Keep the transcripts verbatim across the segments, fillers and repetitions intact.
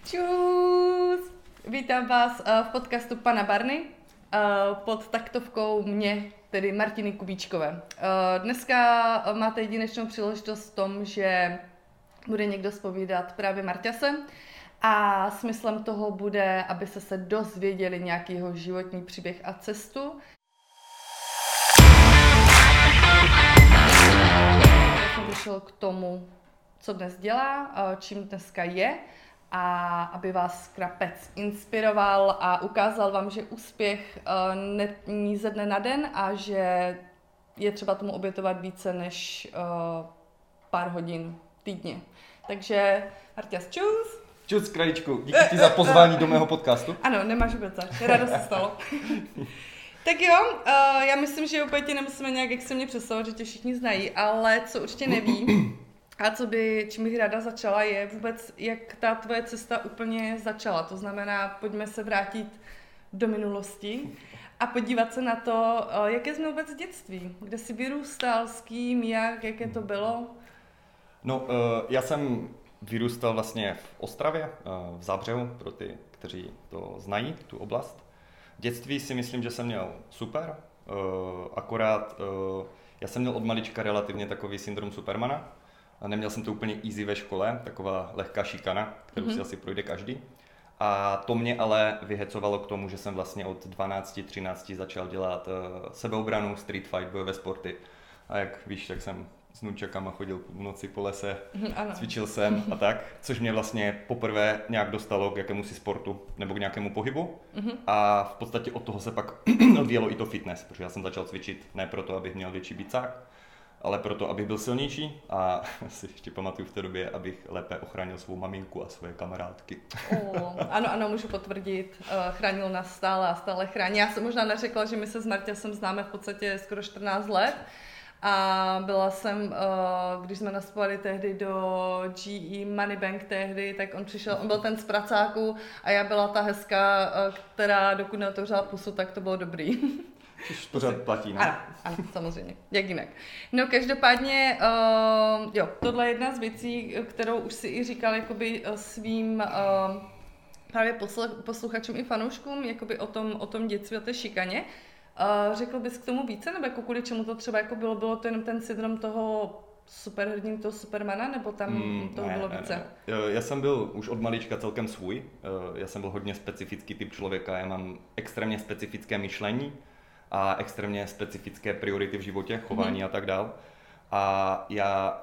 Čus! Vítám vás v podcastu Pana Barny pod taktovkou mě, tedy Martiny Kubíčkové. Dneska máte jedinečnou příležitost v tom, že bude někdo zpovídat právě Marťase a smyslem toho bude, aby se se dozvěděli nějaký jeho životní příběh a cestu. Já jsem došel k tomu, co dnes dělá, čím dneska je, a aby vás krapec inspiroval a ukázal vám, že úspěch není ze dne na den a že je třeba tomu obětovat více než pár hodin týdně. Takže Marťas, čus! Čus, kraličku, díky ti za pozvání do mého podcastu. Ano, nemáš vůbec zač, rádo se stalo. Tak jo, uh, já myslím, že úplně tě nemusíme nějak extrémně představovat, že tě všichni znají, ale co určitě neví a co by, čím bych ráda začala, je vůbec, jak ta tvoje cesta úplně začala. To znamená, pojďme se vrátit do minulosti a podívat se na to, uh, jaké jsi měl vůbec dětství, kde jsi vyrůstal, s kým, jak, jaké to bylo. No, uh, já jsem vyrůstal vlastně v Ostravě, uh, v Zábřehu, pro ty, kteří to znají, tu oblast. Dětství si myslím, že jsem měl super, uh, akorát uh, já jsem měl od malička relativně takový syndrom Supermana. A neměl jsem to úplně easy ve škole, taková lehká šikana, kterou mm-hmm. si asi projde každý. A to mě ale vyhecovalo k tomu, že jsem vlastně od dvanácti třinácti začal dělat uh, sebeobranu, street fight, bojové sporty. A jak víš, tak jsem s nunčakama chodil v noci po lese, ano. Cvičil jsem a tak, což mě vlastně poprvé nějak dostalo k jakémusi sportu nebo k nějakému pohybu. Mm-hmm. A v podstatě od toho se pak odvíjelo i to fitness, protože já jsem začal cvičit ne proto, abych měl větší bicák, ale proto, abych byl silnější a si ještě pamatuju v té době, abych lépe ochránil svou maminku a svoje kamarádky. Oh, ano, ano, můžu potvrdit, chránil nás stále a stále chrání. Já jsem možná neřekla, že my se s Marťasem známe v podstatě skoro čtrnáct let. A byla jsem, když jsme nastupovali tehdy do G E Money Bank tehdy, tak on přišel, on byl ten z pracáku a já byla ta hezká, která dokud neotevřela pusu, tak to bylo dobrý. Což pořád platí, ne? Ano, ano, samozřejmě, jak jinak. No každopádně, uh, jo, tohle je jedna z věcí, kterou už si i říkal jakoby svým uh, právě posluchačům i fanouškům, jakoby o tom, o tom dětství, o té šikaně. Uh, řekl bys k tomu více, nebo jako kvůli čemu to třeba jako bylo, bylo to jenom ten syndrom toho superhrdiny, toho Supermana, nebo tam mm, toho ne, bylo ne, více? Ne. Já jsem byl už od malička celkem svůj, já jsem byl hodně specifický typ člověka, já mám extrémně specifické myšlení a extrémně specifické priority v životě, chování mm-hmm. a tak dál. A já,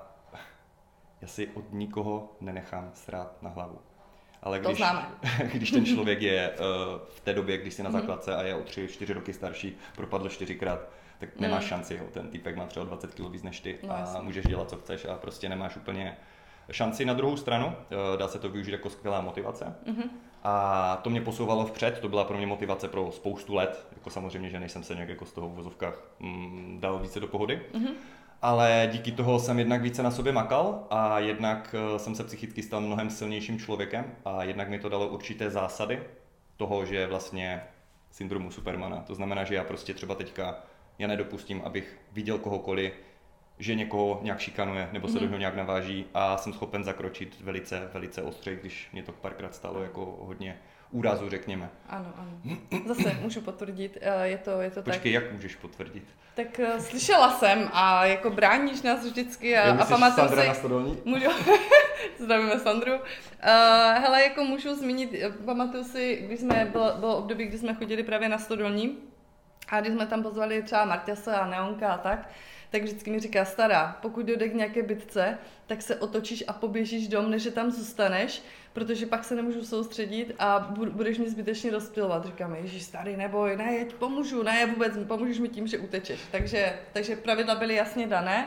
já si od nikoho nenechám srát na hlavu. Ale když, když ten člověk je uh, v té době, když jsi na základce a je o tři čtyři roky starší, propadl čtyřikrát, tak nemáš mm. šanci. Jo. Ten týpek má třeba dvacet kilogramů víc než ty no, a jasný. Můžeš dělat, co chceš a prostě nemáš úplně šanci. Na druhou stranu uh, dá se to využít jako skvělá motivace. Mm-hmm. A to mě posouvalo vpřed, to byla pro mě motivace pro spoustu let. Jako samozřejmě, že nejsem se nějak jako z toho v vozovkách mm, dal více do pohody. Mm-hmm. Ale díky toho jsem jednak více na sobě makal a jednak jsem se psychicky stal mnohem silnějším člověkem a jednak mi to dalo určité zásady toho, že vlastně syndromu Supermana. To znamená, že já prostě třeba teďka já nedopustím, abych viděl kohokoliv, že někoho nějak šikanuje nebo se mm. do něho nějak naváží a jsem schopen zakročit velice, velice ostře, když mě to párkrát stalo jako hodně úrazu, řekněme. Ano, ano. Zase můžu potvrdit, je to, je to Počkej, tak. Počkej, jak můžeš potvrdit? Tak uh, slyšela jsem a jako bráníš nás vždycky a, a pamatuju si... na Stodolní? Můžu... Zdravíme Sandru. Uh, hele, jako můžu zmínit, pamatuju si, když jsme, bylo, bylo období, kdy jsme chodili právě na Stodolní a když jsme tam pozvali třeba Marťase a Neonka a tak, tak vždycky mi říká, stará, pokud dojde k nějaké bitce, tak se otočíš a poběžíš dom, než že tam zůstaneš, protože pak se nemůžu soustředit a budeš mě zbytečně rozptilovat. Říkám, ježíš, starý, neboj, ne, já ti pomůžu, ne, vůbec, pomůžeš mi tím, že utečeš. Takže, takže pravidla byly jasně dané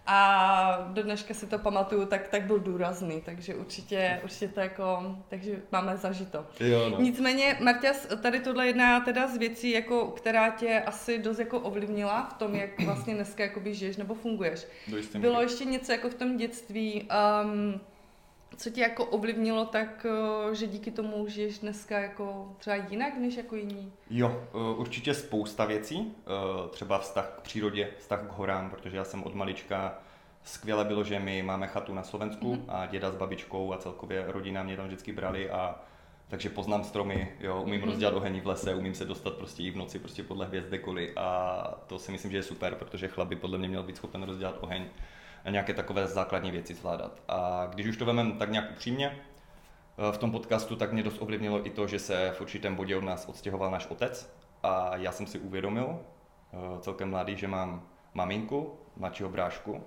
a do dneška si to pamatuju, tak, tak byl důrazný, takže určitě, určitě to jako, takže máme zažito. Jo, no. Nicméně, Marťas, tady tohle je jedna teda z věcí, jako, která tě asi dost jako ovlivnila v tom, jak vlastně dneska jakoby žiješ nebo funguješ. Bylo ještě něco jako v tom dětství, um, co tě jako ovlivnilo tak, že díky tomu žiješ dneska jako třeba jinak než jako jiní? Jo, určitě spousta věcí, třeba vztah k přírodě, vztah k horám, protože já jsem od malička skvěle bylo, že my máme chatu na Slovensku mm-hmm. a děda s babičkou a celkově rodina mě tam vždycky brali a takže poznám stromy, jo, umím mm-hmm. rozdělat oheň v lese, umím se dostat prostě i v noci prostě podle hvězd kdekoliv a to si myslím, že je super, protože chlap by podle mě měl být schopen rozdělat oheň a nějaké takové základní věci zvládat. A když už to vememe tak nějak upřímně, v tom podcastu tak mě dost ovlivnilo i to, že se v určitém bodě od nás odstěhoval náš otec a já jsem si uvědomil celkem mladý, že mám maminku, mladšího brášku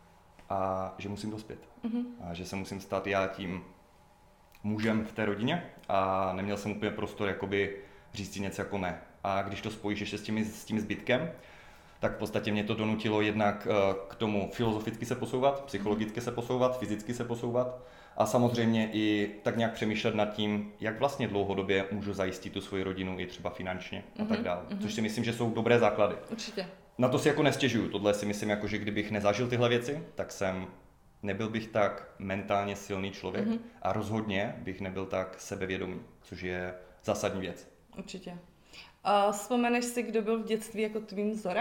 a že musím dospět. Mm-hmm. A že se musím stát já tím mužem v té rodině a neměl jsem úplně prostor jakoby říct si něco jako ne. A když to spojíš ještě s tím, s tím zbytkem, tak v podstatě mě to donutilo jednak k tomu filozoficky se posouvat, psychologicky se posouvat, fyzicky se posouvat a samozřejmě i tak nějak přemýšlet nad tím, jak vlastně dlouhodobě můžu zajistit tu svoji rodinu i třeba finančně a tak dále. Mm-hmm. Což si myslím, že jsou dobré základy. Určitě. Na to si jako nestěžuju. Tohle si myslím, jako, že kdybych nezažil tyhle věci, tak jsem nebyl bych tak mentálně silný člověk mm-hmm. a rozhodně bych nebyl tak sebevědomý, což je zásadní věc. Určitě. A vzpomeneš si, kdo byl v dětství jako tvým vzorem?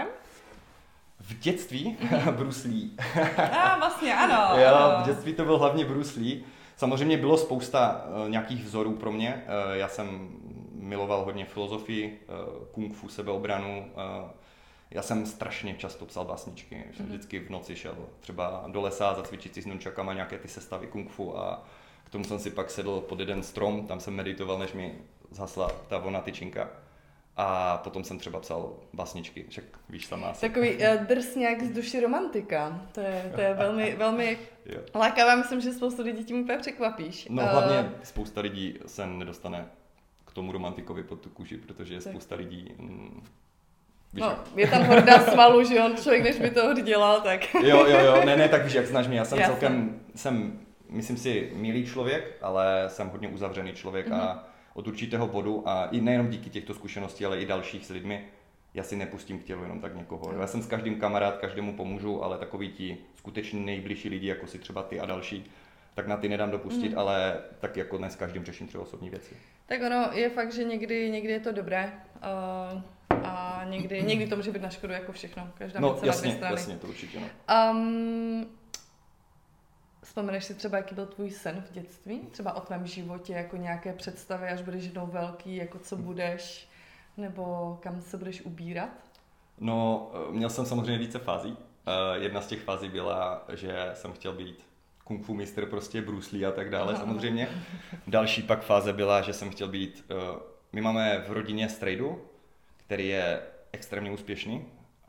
V dětství? Bruce Lee. A vlastně ano. Jo, ano. v dětství to byl hlavně Bruce Lee. Samozřejmě bylo spousta uh, nějakých vzorů pro mě. Uh, já jsem miloval hodně filozofii, uh, kung fu, sebeobranu. Uh, já jsem strašně často psal básničky. Jsem mm-hmm. vždycky v noci šel třeba do lesa zacvičit si s nunčakama nějaké ty sestavy kung fu a k tomu jsem si pak sedl pod jeden strom, tam jsem meditoval, než mi zhasla ta vlna tyčinka. A potom jsem třeba psal básničky, však víš sama asi. Takový uh, drsňák z duši romantika, to je, to je velmi, velmi lákavé, myslím, že spoustu lidí tím úplně překvapíš. No hlavně uh, spousta lidí se nedostane k tomu romantikovi pod tu kůži, protože je spousta lidí... Mm, víš, no, je tam horda svalu, že on člověk, než by to hod dělal, tak... jo, jo, jo, ne, ne, tak víš, jak znáš mě, já jsem Jasně. celkem, jsem, myslím si, milý člověk, ale jsem hodně uzavřený člověk mm-hmm. a od určitého bodu a i nejenom díky těchto zkušeností, ale i dalších s lidmi, já si nepustím k tělu jenom tak někoho. Já jsem s každým kamarád, každému pomůžu, ale takový ti skutečně nejbližší lidi, jako si třeba ty a další, tak na ty nedám dopustit, mm. ale tak jako ne s každým řeším třeba osobní věci. Tak ono je fakt, že někdy, někdy je to dobré uh, a někdy, někdy to může být na škodu jako všechno. Každá no, věc jasně, na dvě strany. jasně, to určitě. No. Um, Vzpomeneš si třeba, jaký byl tvůj sen v dětství? Třeba o tvém životě, jako nějaké představy, až budeš jednou velký, jako co budeš, nebo kam se budeš ubírat? No, měl jsem samozřejmě více fází. Jedna z těch fází byla, že jsem chtěl být kung fu mistr, prostě Bruce Lee a tak dále samozřejmě. Další pak fáze byla, že jsem chtěl být... My máme v rodině strejdu, který je extrémně úspěšný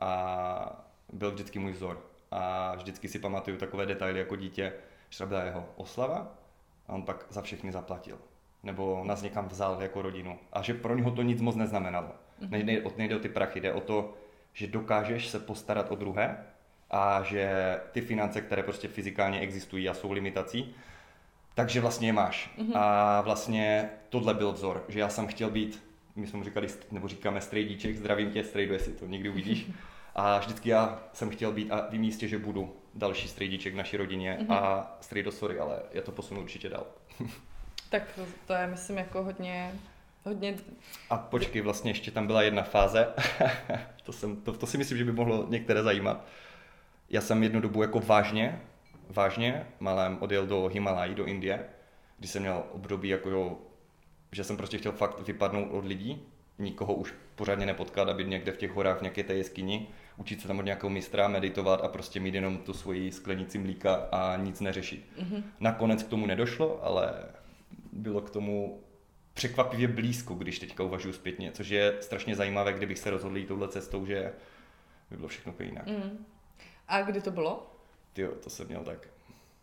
a byl vždycky můj vzor. A vždycky si pamatuju takové detaily jako dítě, že třeba byla jeho oslava a on pak za všechny zaplatil. Nebo nás někam vzal jako rodinu. A že pro něho to nic moc neznamenalo. Mm-hmm. Nejde, nejde o ty prachy, jde o to, že dokážeš se postarat o druhé a že ty finance, které prostě fyzikálně existují a jsou limitací, takže vlastně je máš. Mm-hmm. A vlastně tohle byl vzor, že já jsem chtěl být, my jsme mu říkali, nebo říkáme strejdíček, zdravím tě, strejdu, jestli to někdy uvidíš. A vždycky já jsem chtěl být a vím jistě, že budu další strejdíček v naší rodině mm-hmm. a strejdo, sorry, ale já to posunu určitě dál. Tak to, to je, myslím, jako hodně, hodně... A počkej, vlastně ještě tam byla jedna fáze, to, jsem, to, to si myslím, že by mohlo některé zajímat. Já jsem jednu dobu jako vážně, vážně malém odjel do Himalají, do Indie, kdy jsem měl období jako, jo, že jsem prostě chtěl fakt vypadnout od lidí, nikoho už pořádně nepotkat a být někde v těch horách, v nějaké té jeskyni, učit se tam od nějakého mistra, meditovat a prostě mít jenom tu svoji sklenici mlíka a nic neřešit. Mm-hmm. Nakonec k tomu nedošlo, ale bylo k tomu překvapivě blízko, když teďka uvažuji zpětně, což je strašně zajímavé, kdybych se rozhodl jít touhle cestou, že by bylo všechno úplně jinak. Mm. A kdy to bylo? Tyjo, to jsem měl tak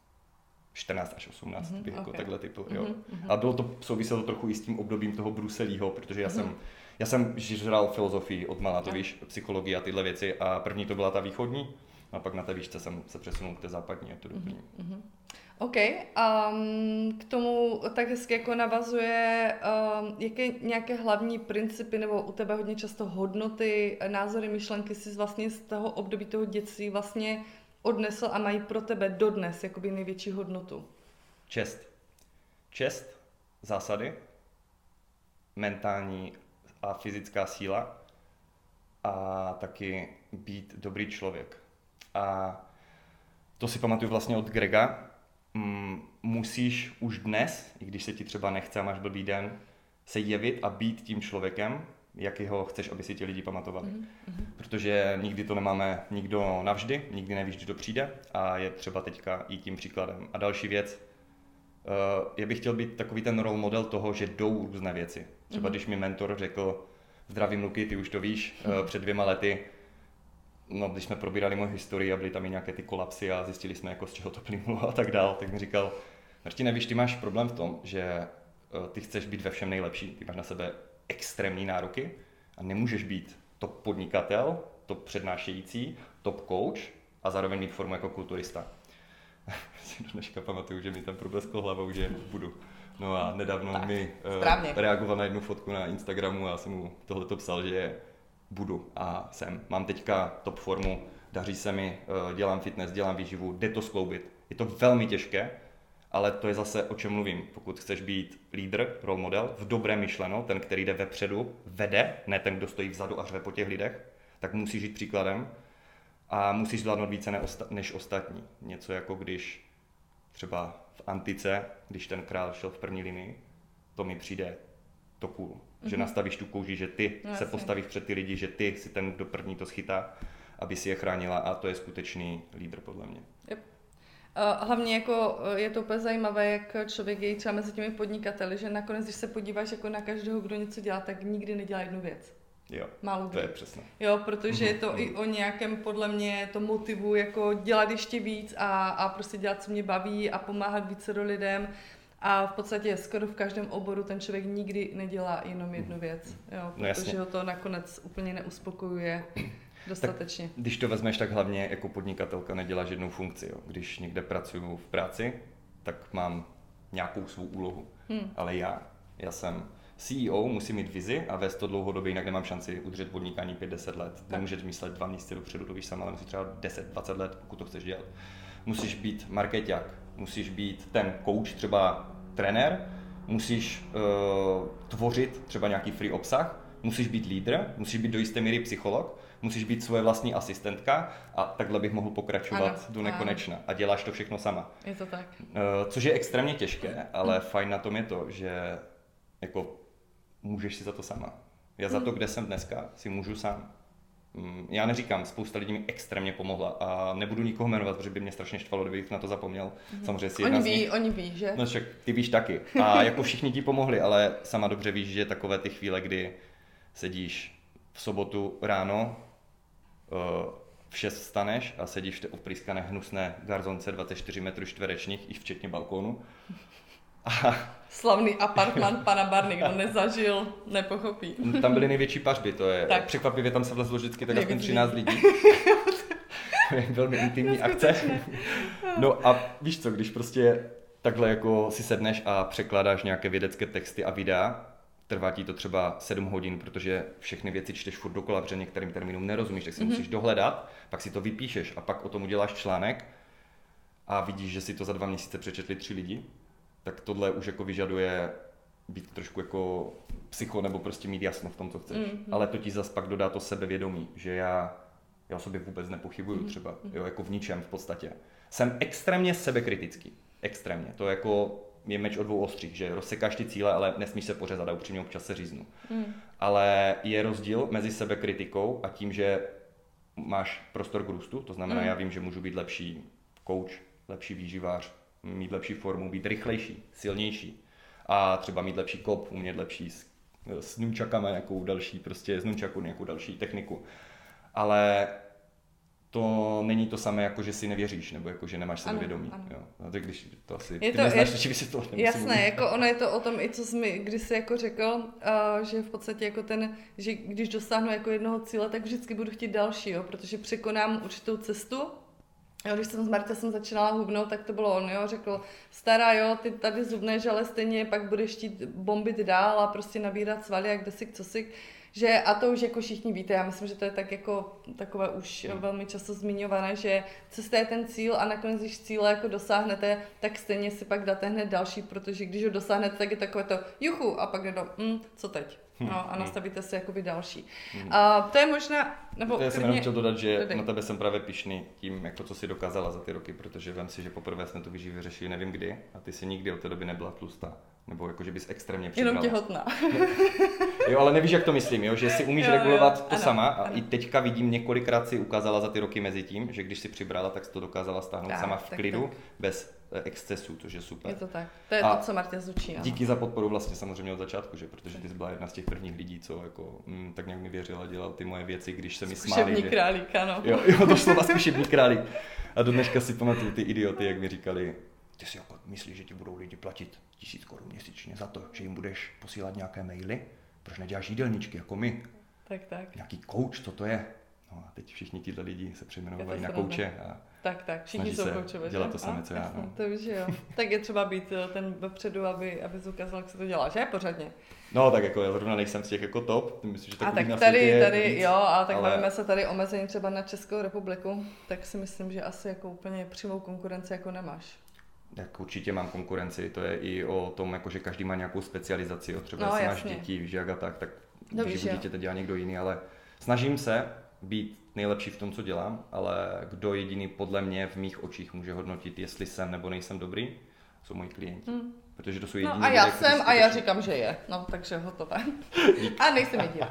čtrnáct až osmnáct, mm-hmm, bych okay. jako takhle typu, jo. Mm-hmm. A bylo to, souviselo trochu i s tím obdobím toho Bruce Leeho, protože já mm-hmm. jsem Já jsem žral filozofii od mala, to víš, psychologii a tyhle věci a první to byla ta východní a pak na té výšce jsem se přesunul k té západní a to doplním. Mm-hmm. OK, um, k tomu tak hezky jako navazuje, um, jaké nějaké hlavní principy nebo u tebe hodně často hodnoty, názory, myšlenky si vlastně z toho období toho dětství vlastně odnesl a mají pro tebe dodnes jakoby největší hodnotu? Čest. Čest, zásady, mentální a fyzická síla a taky být dobrý člověk. A to si pamatuju vlastně od Grega, mm, musíš už dnes, i když se ti třeba nechce a máš blbý den, se jevit a být tím člověkem, jakýho chceš, aby si ti lidi pamatovali. Mm-hmm. Protože nikdy to nemáme nikdo navždy, nikdy nevíš, kdo přijde a je třeba teďka jít tím příkladem. A další věc, uh, já bych chtěl být takový ten role model toho, že jdou různé věci. Třeba mm-hmm. když mi mentor řekl, zdravím Luky, ty už to víš, mm-hmm. uh, před dvěma lety, no, když jsme probírali moji historii a byly tam i nějaké ty kolapsy a zjistili jsme, jako z čeho to plynulo a tak dál, tak mi říkal, Martine, víš, ty máš problém v tom, že uh, ty chceš být ve všem nejlepší, ty máš na sebe extrémní nároky a nemůžeš být top podnikatel, top přednášející, top coach a zároveň mít formu jako kulturista. Si do dneška pamatuju, že mi tam probleskl hlavou, že budu. No a nedávno tak, mi uh, reagoval na jednu fotku na Instagramu a já jsem mu tohleto psal, že budu a jsem. Mám teďka top formu, daří se mi, uh, dělám fitness, dělám výživu, jde to skloubit. Je to velmi těžké, ale to je zase, o čem mluvím. Pokud chceš být lídr, role model, v dobré myšleno, ten, který jde vepředu, vede, ne ten, kdo stojí vzadu a řve po těch lidech, tak musíš jít příkladem a musíš zvládnout více než ostatní. Něco jako když třeba v antice, když ten král šel v první linii, to mi přijde to cool. Mm-hmm. Že nastavíš tu kouži, že ty no, se postavíš před ty lidi, že ty si ten, kdo první to schytá, aby si je chránila a to je skutečný lídr podle mě. Yep. Hlavně jako je to úplně zajímavé, jak člověk je třeba mezi těmi podnikateli, že nakonec, když se podíváš jako na každého, kdo něco dělá, tak nikdy nedělá jednu věc. Jo, málo to je přesně. Jo, protože je to i o nějakém, podle mě, to motivu, jako dělat ještě víc a, a prostě dělat, co mě baví a pomáhat více do lidem. A v podstatě skoro v každém oboru ten člověk nikdy nedělá jenom jednu věc, jo, protože no ho to nakonec úplně neuspokojuje dostatečně. Tak, když to vezmeš, tak hlavně jako podnikatelka neděláš jednu funkci. Jo. Když někde pracuju v práci, tak mám nějakou svou úlohu. Hmm. Ale já, já jsem C E O, musím mít vizi a vést to dlouhodobě, jinak nemám šanci udržet podnikání pět deset let. Tak. Nemůžeš myslet dva měsíce dopředu, to víš sama, ale musíš třeba deset dvacet let, pokud to chceš dělat. Musíš být markeťák, musíš být ten coach, třeba trenér, musíš uh, tvořit třeba nějaký free obsah, musíš být lídr, musíš být do jisté míry psycholog, musíš být svoje vlastní asistentka a takhle bych mohl pokračovat ano, do nekonečna. Ano. A děláš to všechno sama. Je to tak. Uh, což je extrémně těžké, ale mm. fajn na tom je to, že jako můžeš si za to sama. Já za to, kde jsem dneska, si můžu sám. Já neříkám, spousta lidí mi extrémně pomohla a nebudu nikoho jmenovat, protože by mě strašně štvalo, kdybych na to zapomněl. Mm-hmm. Samozřejmě si jedna oni ví, z nich... oni ví, že? No však ty víš taky. A jako všichni ti pomohli, ale sama dobře víš, že takové ty chvíle, kdy sedíš v sobotu ráno, v šest vstaneš a sedíš v té oprýskané hnusné garzonce dvacet čtyři metrů čtverečních, i včetně balkónu. A... Slavný apartman pana Barny, kdo nezažil, nepochopí. Tam byly největší pařby, to je tak. Překvapivě, tam se vlezlo vždycky tak aspoň třináct lidí. To je velmi intimní akce. No a víš co, když prostě takhle jako si sedneš a překládáš nějaké vědecké texty a videa, trvá ti to třeba sedm hodin, protože všechny věci čteš furt dokola, protože některým termínům nerozumíš, tak si mm-hmm. musíš dohledat, pak si to vypíšeš a pak o tom uděláš článek a vidíš, že si to za dva měsíce přečetli tři lidi. Tak tohle už jako vyžaduje být trošku jako psycho nebo prostě mít jasno v tom, co chceš. Mm-hmm. Ale to ti zas pak dodá to sebevědomí, že já, já o sobě vůbec nepochybuju mm-hmm. třeba, jo, jako v ničem v podstatě. Jsem extrémně sebekritický, extrémně. To jako je meč o dvou ostřích, že rozsekáš ty cíle, ale nesmíš se pořezat a upřímně občas se říznu. Mm. Ale je rozdíl mezi sebekritikou a tím, že máš prostor k růstu, to znamená, mm. já vím, že můžu být lepší coach, lepší výživář, mít lepší formu, být rychlejší, silnější a třeba mít lepší kop, umět lepší s, s nunčakama, nějakou další, prostě z nunčaku nějakou další techniku. Ale to není to samé, jako že si nevěříš, nebo jako že nemáš sebevědomí. No, tak když to asi, je ty to, neznáš, je, či vysvětlovat. Jasné, jako ono je to o tom, i co jsi mi kdysi jako řekl, uh, že v podstatě jako ten, že když dosáhnu jako jednoho cíle, tak vždycky budu chtít další, jo, protože překonám určitou cestu. Jo, když jsem s Marťasem začínala hubnout, tak to bylo on, jo, řekl, stará, jo, ty tady zubneš, ale stejně pak budeš chtít bombit dál a prostě nabírat svaly, jak desik, cosik. že a to už jako všichni víte, já myslím, že to je tak jako takové už Hmm. velmi často zmiňované, že cesta je ten cíl a nakonec, když cíle jako dosáhnete, tak stejně si pak dáte hned další, protože když ho dosáhnete, tak je takové to juchu a pak je to, hm, co teď? No, a nastavíte si jakoby další. Hmm. A to je možná, nebo Já jsem klidně- jenom chtěl dodat, že dodej. na tebe jsem právě pyšný tím, jako co jsi dokázala za ty roky, protože vem si, že poprvé jsme tu výživu řešili nevím kdy a ty si nikdy od té doby nebyla tlustá. Nebo jako, že bys extrémně přibrala. Jenom těhotná. Jo, ale nevíš, jak to myslím, jo? Že si umíš Jo, jo, regulovat to ano, sama a ano. i teďka vidím, několikrát si ukázala za ty roky mezi tím, že když si přibrala, tak jsi to dokázala stáhnout Tak, sama v tak, klidu, tak. bez eh, excesů, což je super. Je to tak. To je A to, co Marta zučí. ano. Díky za podporu vlastně samozřejmě od začátku, že? Protože ty jsi byla jedna z těch prvních lidí, co jako, mm, tak nějak mi věřila, dělal ty moje věci, když se mi smáli. Zkušební že- králík, ano. Jo, jo, doslova zkušební králík. A do dneška si pamatuju ty idioty, jak mi říkali, ty si jako myslíš, že ti budou lidi platit tisíc korun měsíčně za to, že jim budeš posílat nějaké maily? Proč neděláš jídelníčky jako my? Tak, tak. Nějaký coach, co to je? No a teď všichni tyhle lidi se přejmenovají Je to na sranda. kouče a Tak, tak, všichni Snaží jsou se koučové, dělat že? to samé, A, co já, jasně, no. To už jo. Tak je třeba být eh, ten vepředu, aby, aby jsi ukázal, jak se to dělá, že? Pořádně. no tak jako já zrovna nejsem z těch jako top, ty myslíš, že A takových tak na světě tady, je tady, víc, jo, a tak ale- bavíme se tady omezení třeba na Českou republiku, tak si myslím, že asi jako úplně přímou konkurenci jako nemáš. Tak určitě mám konkurenci, to je i o tom, jako, že každý má nějakou specializaci, jo. Třeba No, jestli máš jasně. děti, víš jak a tak, tak No, víš, výživu jo. dítěte dělá někdo jiný, ale snažím se být nejlepší v tom, co dělám, ale kdo jediný podle mě v mých očích může hodnotit, jestli jsem nebo nejsem dobrý, jsou moji klienti. Hmm. Protože to jsou jediní No a já lidé, kteří jsem a já skutečně- říkám, že je. No, takže hotové. A nejsem jediná.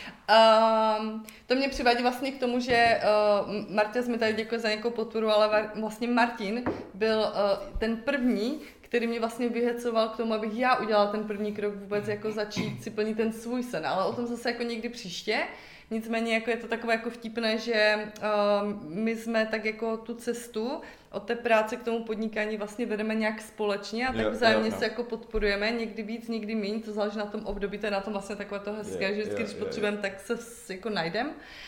Um, to mě přivádí vlastně k tomu, že uh, Marta mi tady děkuje za nějakou podporu, ale var- vlastně Martin byl uh, ten první, který mě vlastně vyhecoval k tomu, abych já udělala ten první krok vůbec jako začít si plnit ten svůj sen, ale o tom zase jako někdy příště. Nicméně jako je to takové jako vtipné, že uh, my jsme tak jako tu cestu od té práce k tomu podnikání vlastně vedeme nějak společně a tak Jo, vzájemně jo, jo. se jako podporujeme, někdy víc, někdy méně, to záleží na tom období, to je na tom vlastně takové to hezké, Jo, že vždycky, jo, když jo, potřebujeme, tak se s- jako najdem.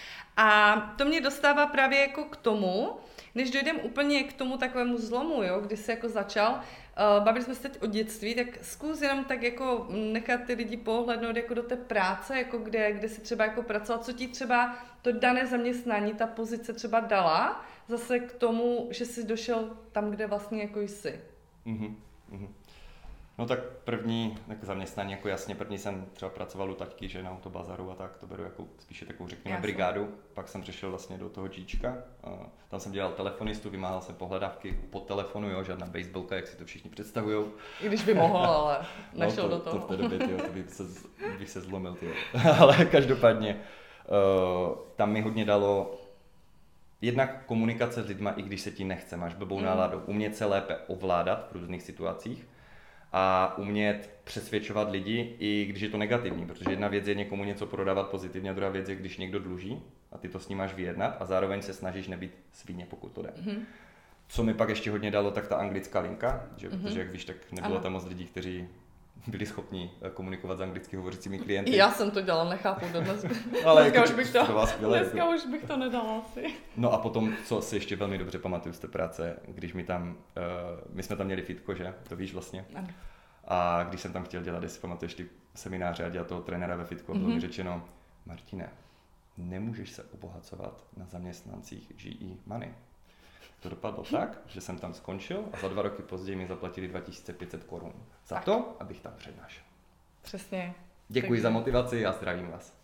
A to mě dostává právě jako k tomu, než dojdem úplně k tomu takovému zlomu, jo, kdy jsi jako začal, uh, bavili jsme se teď o dětství, tak zkus jenom tak jako nechat ty lidi pohlednout jako do té práce, jako kde, kde si třeba jako pracovat, co ti třeba to dané zaměstnání, ta pozice třeba dala, zase k tomu, že jsi došel tam, kde vlastně jako jsi. Mhm, mhm. No tak první tak zaměstnání, jako jasně, první jsem třeba pracoval u taťky, že na autobazaru a tak, to beru jako spíše takovou, řekněme, Jasně. brigádu. Pak jsem přešel vlastně do toho Gčka, a tam jsem dělal telefonistu, vymáhal jsem pohledávky po telefonu, jo, žádná baseballka, jak si to všichni představujou. I když by mohl, ale nešel no, to, do toho. To v té době, tyjo, to bych se, z- bych se zlomil, tyjo. Ale každopádně, uh, tam mi hodně dalo jednak komunikace s lidma, i když se ti nechce, máš blbou Mm. náladu, umět se lépe ovládat v různých situacích a umět přesvědčovat lidi, i když je to negativní, protože jedna věc je někomu něco prodávat pozitivně, a druhá věc je, když někdo dluží a ty to s ním máš vyjednat a zároveň se snažíš nebýt svíně, pokud to jde. Mhm. Co mi pak ještě hodně dalo, tak ta anglická linka, že, Mhm. protože jak víš, tak nebylo Ano. tam moc lidí, kteří byli schopni eh, komunikovat s anglicky hovořícími klienty. I já jsem to dělala, nechápu dodnes. Ale dneska jako už bych to to, bylo skvělé, dneska jako. už bych to nedala asi. No a potom, co si ještě velmi dobře pamatuju z té práce, když mi tam, uh, my jsme tam měli fitko, že? To víš vlastně. Ano. A když jsem tam chtěl dělat, jestli pamatuješ ty semináře a dělat toho trenéra ve fitku, mm-hmm. bylo mi řečeno, Martine, nemůžeš se obohacovat na zaměstnancích G E Money. To dopadlo tak, že jsem tam skončil a za dva roky později mi zaplatili dva tisíce pět set korun. Za Tak. to, abych tam přednášel. Přesně. Děkuji Takže- za motivaci a zdravím vás.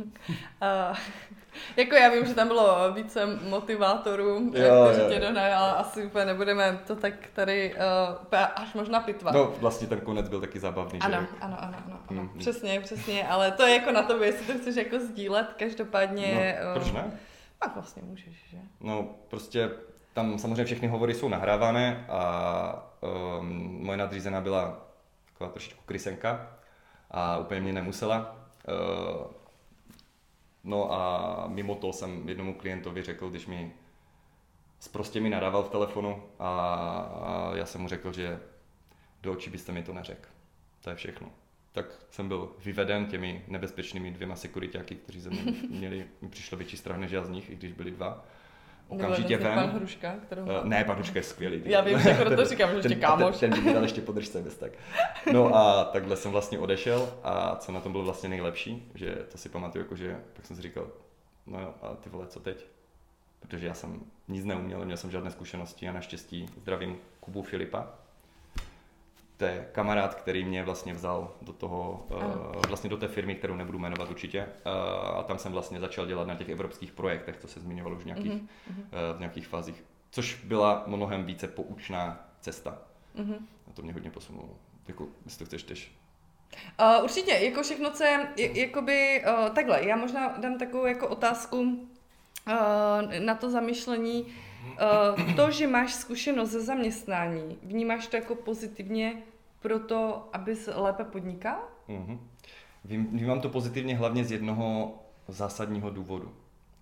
Uh, jako já vím, že tam bylo více motivátorů, Jo, kteří jo, tě jo. dohnali, ale asi úplně nebudeme to tak tady uh, úplně až možná pitvat. No vlastně ten konec byl taky zábavný, Ano, že? ano, ano, ano, ano. Mhm. Přesně, přesně, ale to je jako na tobě, jestli to chceš jako sdílet, každopádně... No, uh, proč ne? Tak vlastně můžeš, že? No prostě tam samozřejmě všechny hovory jsou nahrávané a um, moje nadřízená byla taková trošičku krysenka a úplně mě nemusela. Uh, no a mimo to jsem jednomu klientovi řekl, když mi prostě mi nadával v telefonu a, a já jsem mu řekl, že do očí byste mi to neřekl. To je všechno. Tak jsem byl vyveden těmi nebezpečnými dvěma sekuriťáky, kteří ze mě měli, mi přišlo větší strach než já z nich, i když byli dva. okamžitě ven. Pan Hruška, kterého... Uh, ne, pan Hruška je skvělý. Já vím, že proto říkám, že ještě kámoš. Ten, ten by mi dal ještě podržce bez tak. No a takhle jsem vlastně odešel a co na tom bylo vlastně nejlepší, že to si pamatuju, jakože, tak jsem si říkal, no jo, a ty vole, co teď? Protože já jsem nic neuměl, neměl jsem žádné zkušenosti a naštěstí zdravím Kubu Filipa. To je kamarád, který mě vlastně vzal do toho, uh, vlastně do té firmy, kterou nebudu jmenovat určitě. Uh, a tam jsem vlastně začal dělat na těch evropských projektech, co se zmiňovalo už v nějakých, mm-hmm. uh, v nějakých fázích. Což byla mnohem více poučná cesta. Mm-hmm. A to mě hodně posunulo. Jako, jestli to chceš tež. Uh, určitě, jako všechno, co je, je jakoby, uh, takhle, já možná dám takovou jako otázku uh, na to zamyšlení. Uh, to, že máš zkušenost ze zaměstnání, vnímáš to jako pozitivně pro to, abys lépe podnikal? Mm-hmm. Vím, vnímám to pozitivně hlavně z jednoho zásadního důvodu. Uh,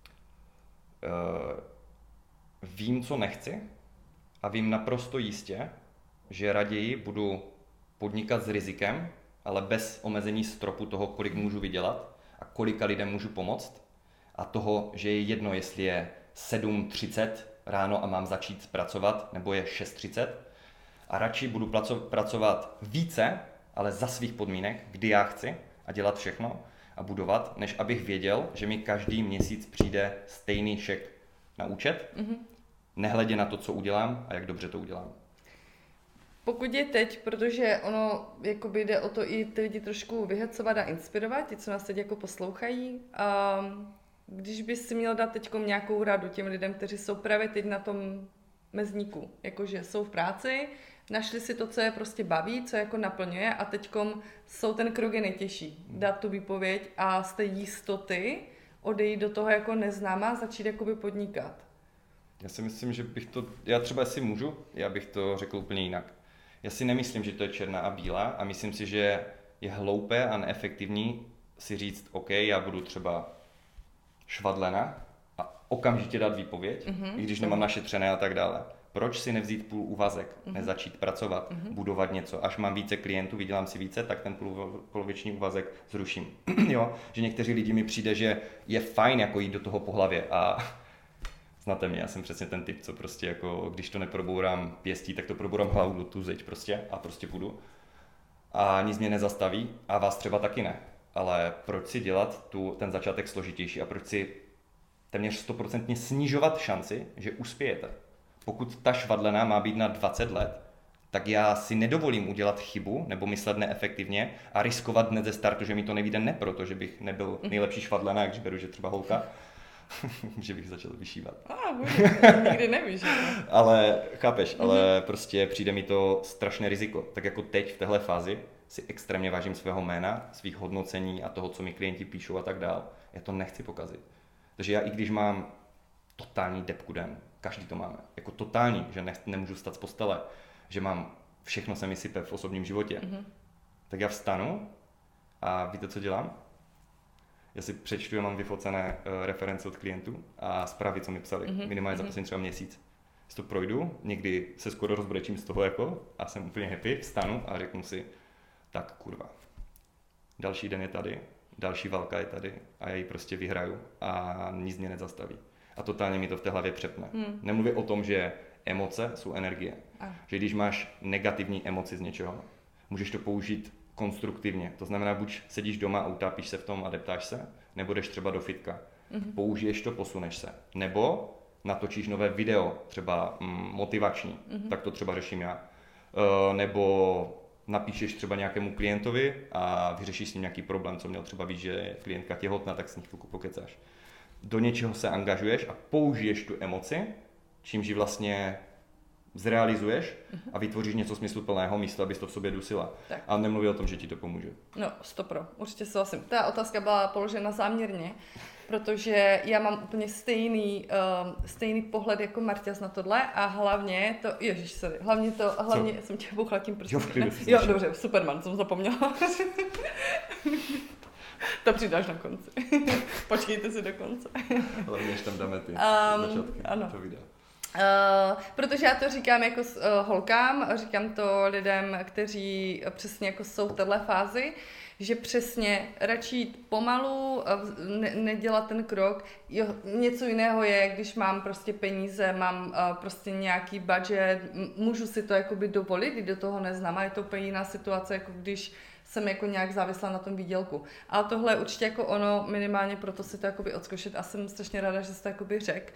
vím, co nechci a vím naprosto jistě, že raději budu podnikat s rizikem, ale bez omezení stropu toho, kolik můžu vydělat a kolika lidem můžu pomoct a toho, že je jedno, jestli je sedm třicet ráno a mám začít pracovat, nebo je šest třicet a radši budu pracovat více, ale za svých podmínek, kdy já chci a dělat všechno a budovat, než abych věděl, že mi každý měsíc přijde stejný šek na účet, mm-hmm. nehledě na to, co udělám a jak dobře to udělám. Pokud je teď, protože ono jakoby jde o to i ty lidi trošku vyhecovat a inspirovat, ti, co nás teď jako poslouchají, um, když bys si měl dát teďkom nějakou radu těm lidem, kteří jsou právě teď na tom mezníku, jakože jsou v práci, našli si to, co je prostě baví, co je jako naplňuje a teďkom jsou ten krok je nejtěžší. Dát tu výpověď a z té jistoty odejít do toho jako neznámá, začít jakoby podnikat. Já si myslím, že bych to, já třeba si můžu, já bych to řekl úplně jinak. Já si nemyslím, že to je černá a bílá a myslím si, že je hloupé a neefektivní si říct, OK, já budu třeba švadlena a okamžitě dát výpověď, mm-hmm. i když nemám našetřené a tak dále. Proč si nevzít půl úvazek, mm-hmm. nezačít pracovat, mm-hmm. budovat něco, až mám více klientů, vydělám si více, tak ten půl, poloviční úvazek zruším. Jo? Že někteří lidi mi přijde, že je fajn jako jít do toho po hlavě a znáte mě, já jsem přesně ten typ, co prostě jako, když to neprobourám pěstí, tak to probourám hlavu do tu zeď prostě a prostě půjdu. A nic mě nezastaví a vás třeba taky ne. Ale proč si dělat tu, ten začátek složitější a proč si téměř stoprocentně snižovat šanci, že uspějete? Pokud ta švadlená má být na dvacet let, tak já si nedovolím udělat chybu nebo myslet neefektivně a riskovat hned ze startu, že mi to nevyjde ne proto, že bych nebyl nejlepší švadlená, když beru, že třeba holka, že bych začal vyšívat. Ah, nikdy nevíš. Ale chápeš, ale prostě přijde mi to strašné riziko. Tak jako teď v téhle fázi si extrémně vážím svého jména, svých hodnocení a toho, co mi klienti píšou a tak dál. Já to nechci pokazit. Takže já i když mám totální depku den, každý to máme, jako totální, že ne, nemůžu vstat z postele, že mám, všechno se mi sype v osobním životě, mm-hmm. tak já vstanu a víte, co dělám? Já si přečtu, já mám vyfocené uh, reference od klientů a zprávy, co mi psali, mm-hmm. minimálně za poslední třeba měsíc. Si to projdu, někdy se skoro rozbrečím z toho jako a jsem úplně happy, vstanu a řeknu si, tak kurva, další den je tady, další válka je tady a já ji prostě vyhraju a nic mě nezastaví. A totálně mi to v té hlavě přepne. Hmm. Nemluvím o tom, že emoce jsou energie. A. Že když máš negativní emoci z něčeho, můžeš to použít konstruktivně. To znamená, buď sedíš doma a utápíš se v tom a deptáš se, nebo jdeš třeba do fitka. Mm-hmm. Použiješ to, posuneš se. Nebo natočíš nové video, třeba mm, motivační, mm-hmm. tak to třeba řeším já. E, nebo napíšeš třeba nějakému klientovi a vyřešíš s ním nějaký problém, co měl třeba víš, že je klientka těhotná, tak s ní chvilku pokecáš. Do něčeho se angažuješ a použiješ tu emoci, čímž ji vlastně zrealizuješ a vytvoříš něco smysluplného místo, abys to v sobě dusila. Tak. A nemluví o tom, že ti to pomůže. No, stopro, určitě souhlasím. Ta otázka byla položena záměrně, protože já mám úplně stejný, uh, stejný pohled jako Marťas na tohle a hlavně to, ježiš, sorry, hlavně to, hlavně Co? jsem tě bouchla tím prstem. Jo, jo, dobře, Superman, jsem zapomněla. To přidáš na konci. Počkejte si do konce. Hlavně, než tam dáme ty um, začátky ano. to videa. Uh, protože já to říkám jako s, uh, holkám, říkám to lidem, kteří přesně jako jsou v téhle fázi, že přesně radši jít pomalu, ne, nedělat ten krok. Jo, něco jiného je, když mám prostě peníze, mám uh, prostě nějaký budget, můžu si to jakoby dovolit, když do toho neznám, a je to úplně jiná situace, jako když jsem jako nějak závislá na tom výdělku. Ale tohle je určitě jako ono, minimálně proto si to jakoby odzkoušet a jsem strašně ráda, že jsi to jakoby řek,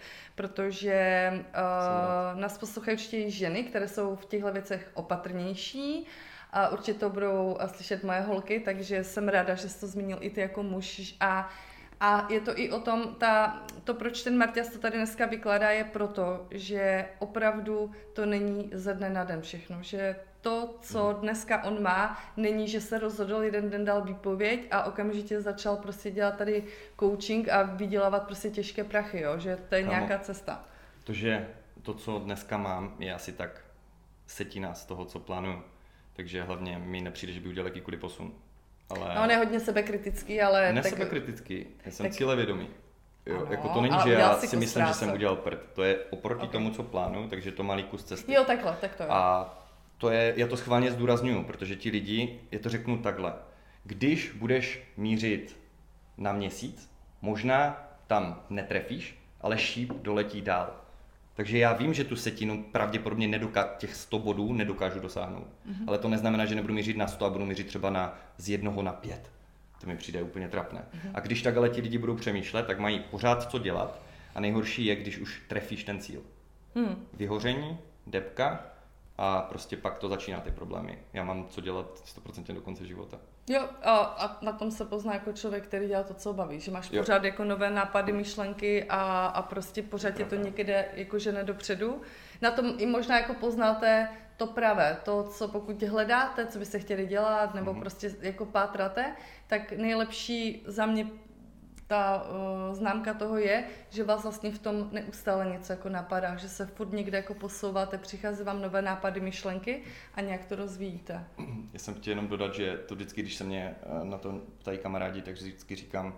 protože uh, nás poslouchají určitě i ženy, které jsou v těchto věcech opatrnější a určitě to budou slyšet moje holky, takže jsem ráda, že jsi to zmínil i ty jako muž a A je to i o tom, ta, to, proč ten Marťas to tady dneska vykládá, je proto, že opravdu to není ze dne na den všechno, že to, co dneska on má, není, že se rozhodl, jeden den dal výpověď a okamžitě začal prostě dělat tady coaching a vydělávat prostě těžké prachy, jo? Že to je Kámo, nějaká cesta. To, že to, co dneska mám, je asi tak setina z toho, co plánuju. Takže hlavně mi nepřijde, že by udělal jakýkoliv posun. Ale... No, on je hodně sebekritický, ale... Ne tak... sebekritický, já jsem tak... cílevědomý. Jo, ano, jako to není, že já si myslím, ztráce. že jsem udělal prd. To je oproti okay. tomu, co plánuju, takže to malý kus cesty. Jo, takhle, tak to je. A to je, já to schválně zdůrazňuju, protože ti lidi, je to řeknu takhle, když budeš mířit na měsíc, možná tam netrefíš, ale šíp doletí dál. Takže já vím, že tu setinu pravděpodobně nedoká, těch sto bodů nedokážu dosáhnout. Mm-hmm. Ale to neznamená, že nebudu mířit na sto a budu mířit třeba na, z jednoho na pět. To mi přijde úplně trapné. Mm-hmm. A když takhle ti lidi budou přemýšlet, tak mají pořád co dělat. A nejhorší je, když už trefíš ten cíl. Mm. Vyhoření, depka a prostě pak to začíná ty problémy. Já mám co dělat sto procent do konce života. Jo, a, a na tom se pozná jako člověk, který dělá to, co baví, že máš jo. pořád jako nové nápady, myšlenky a, a prostě pořád je to někde jako žene dopředu. Na tom i možná jako poznáte to pravé, to, co pokud hledáte, co byste chtěli dělat, nebo mm-hmm. prostě jako pátráte, tak nejlepší za mě ta uh, známka toho je, že vás vlastně v tom neustále něco jako napadá, že se furt někde jako posouváte, přichází vám nové nápady, myšlenky a nějak to rozvíjíte. Já jsem chtěl jenom dodat, že to vždycky, když se mě na to ptají kamarádi, takže vždycky říkám,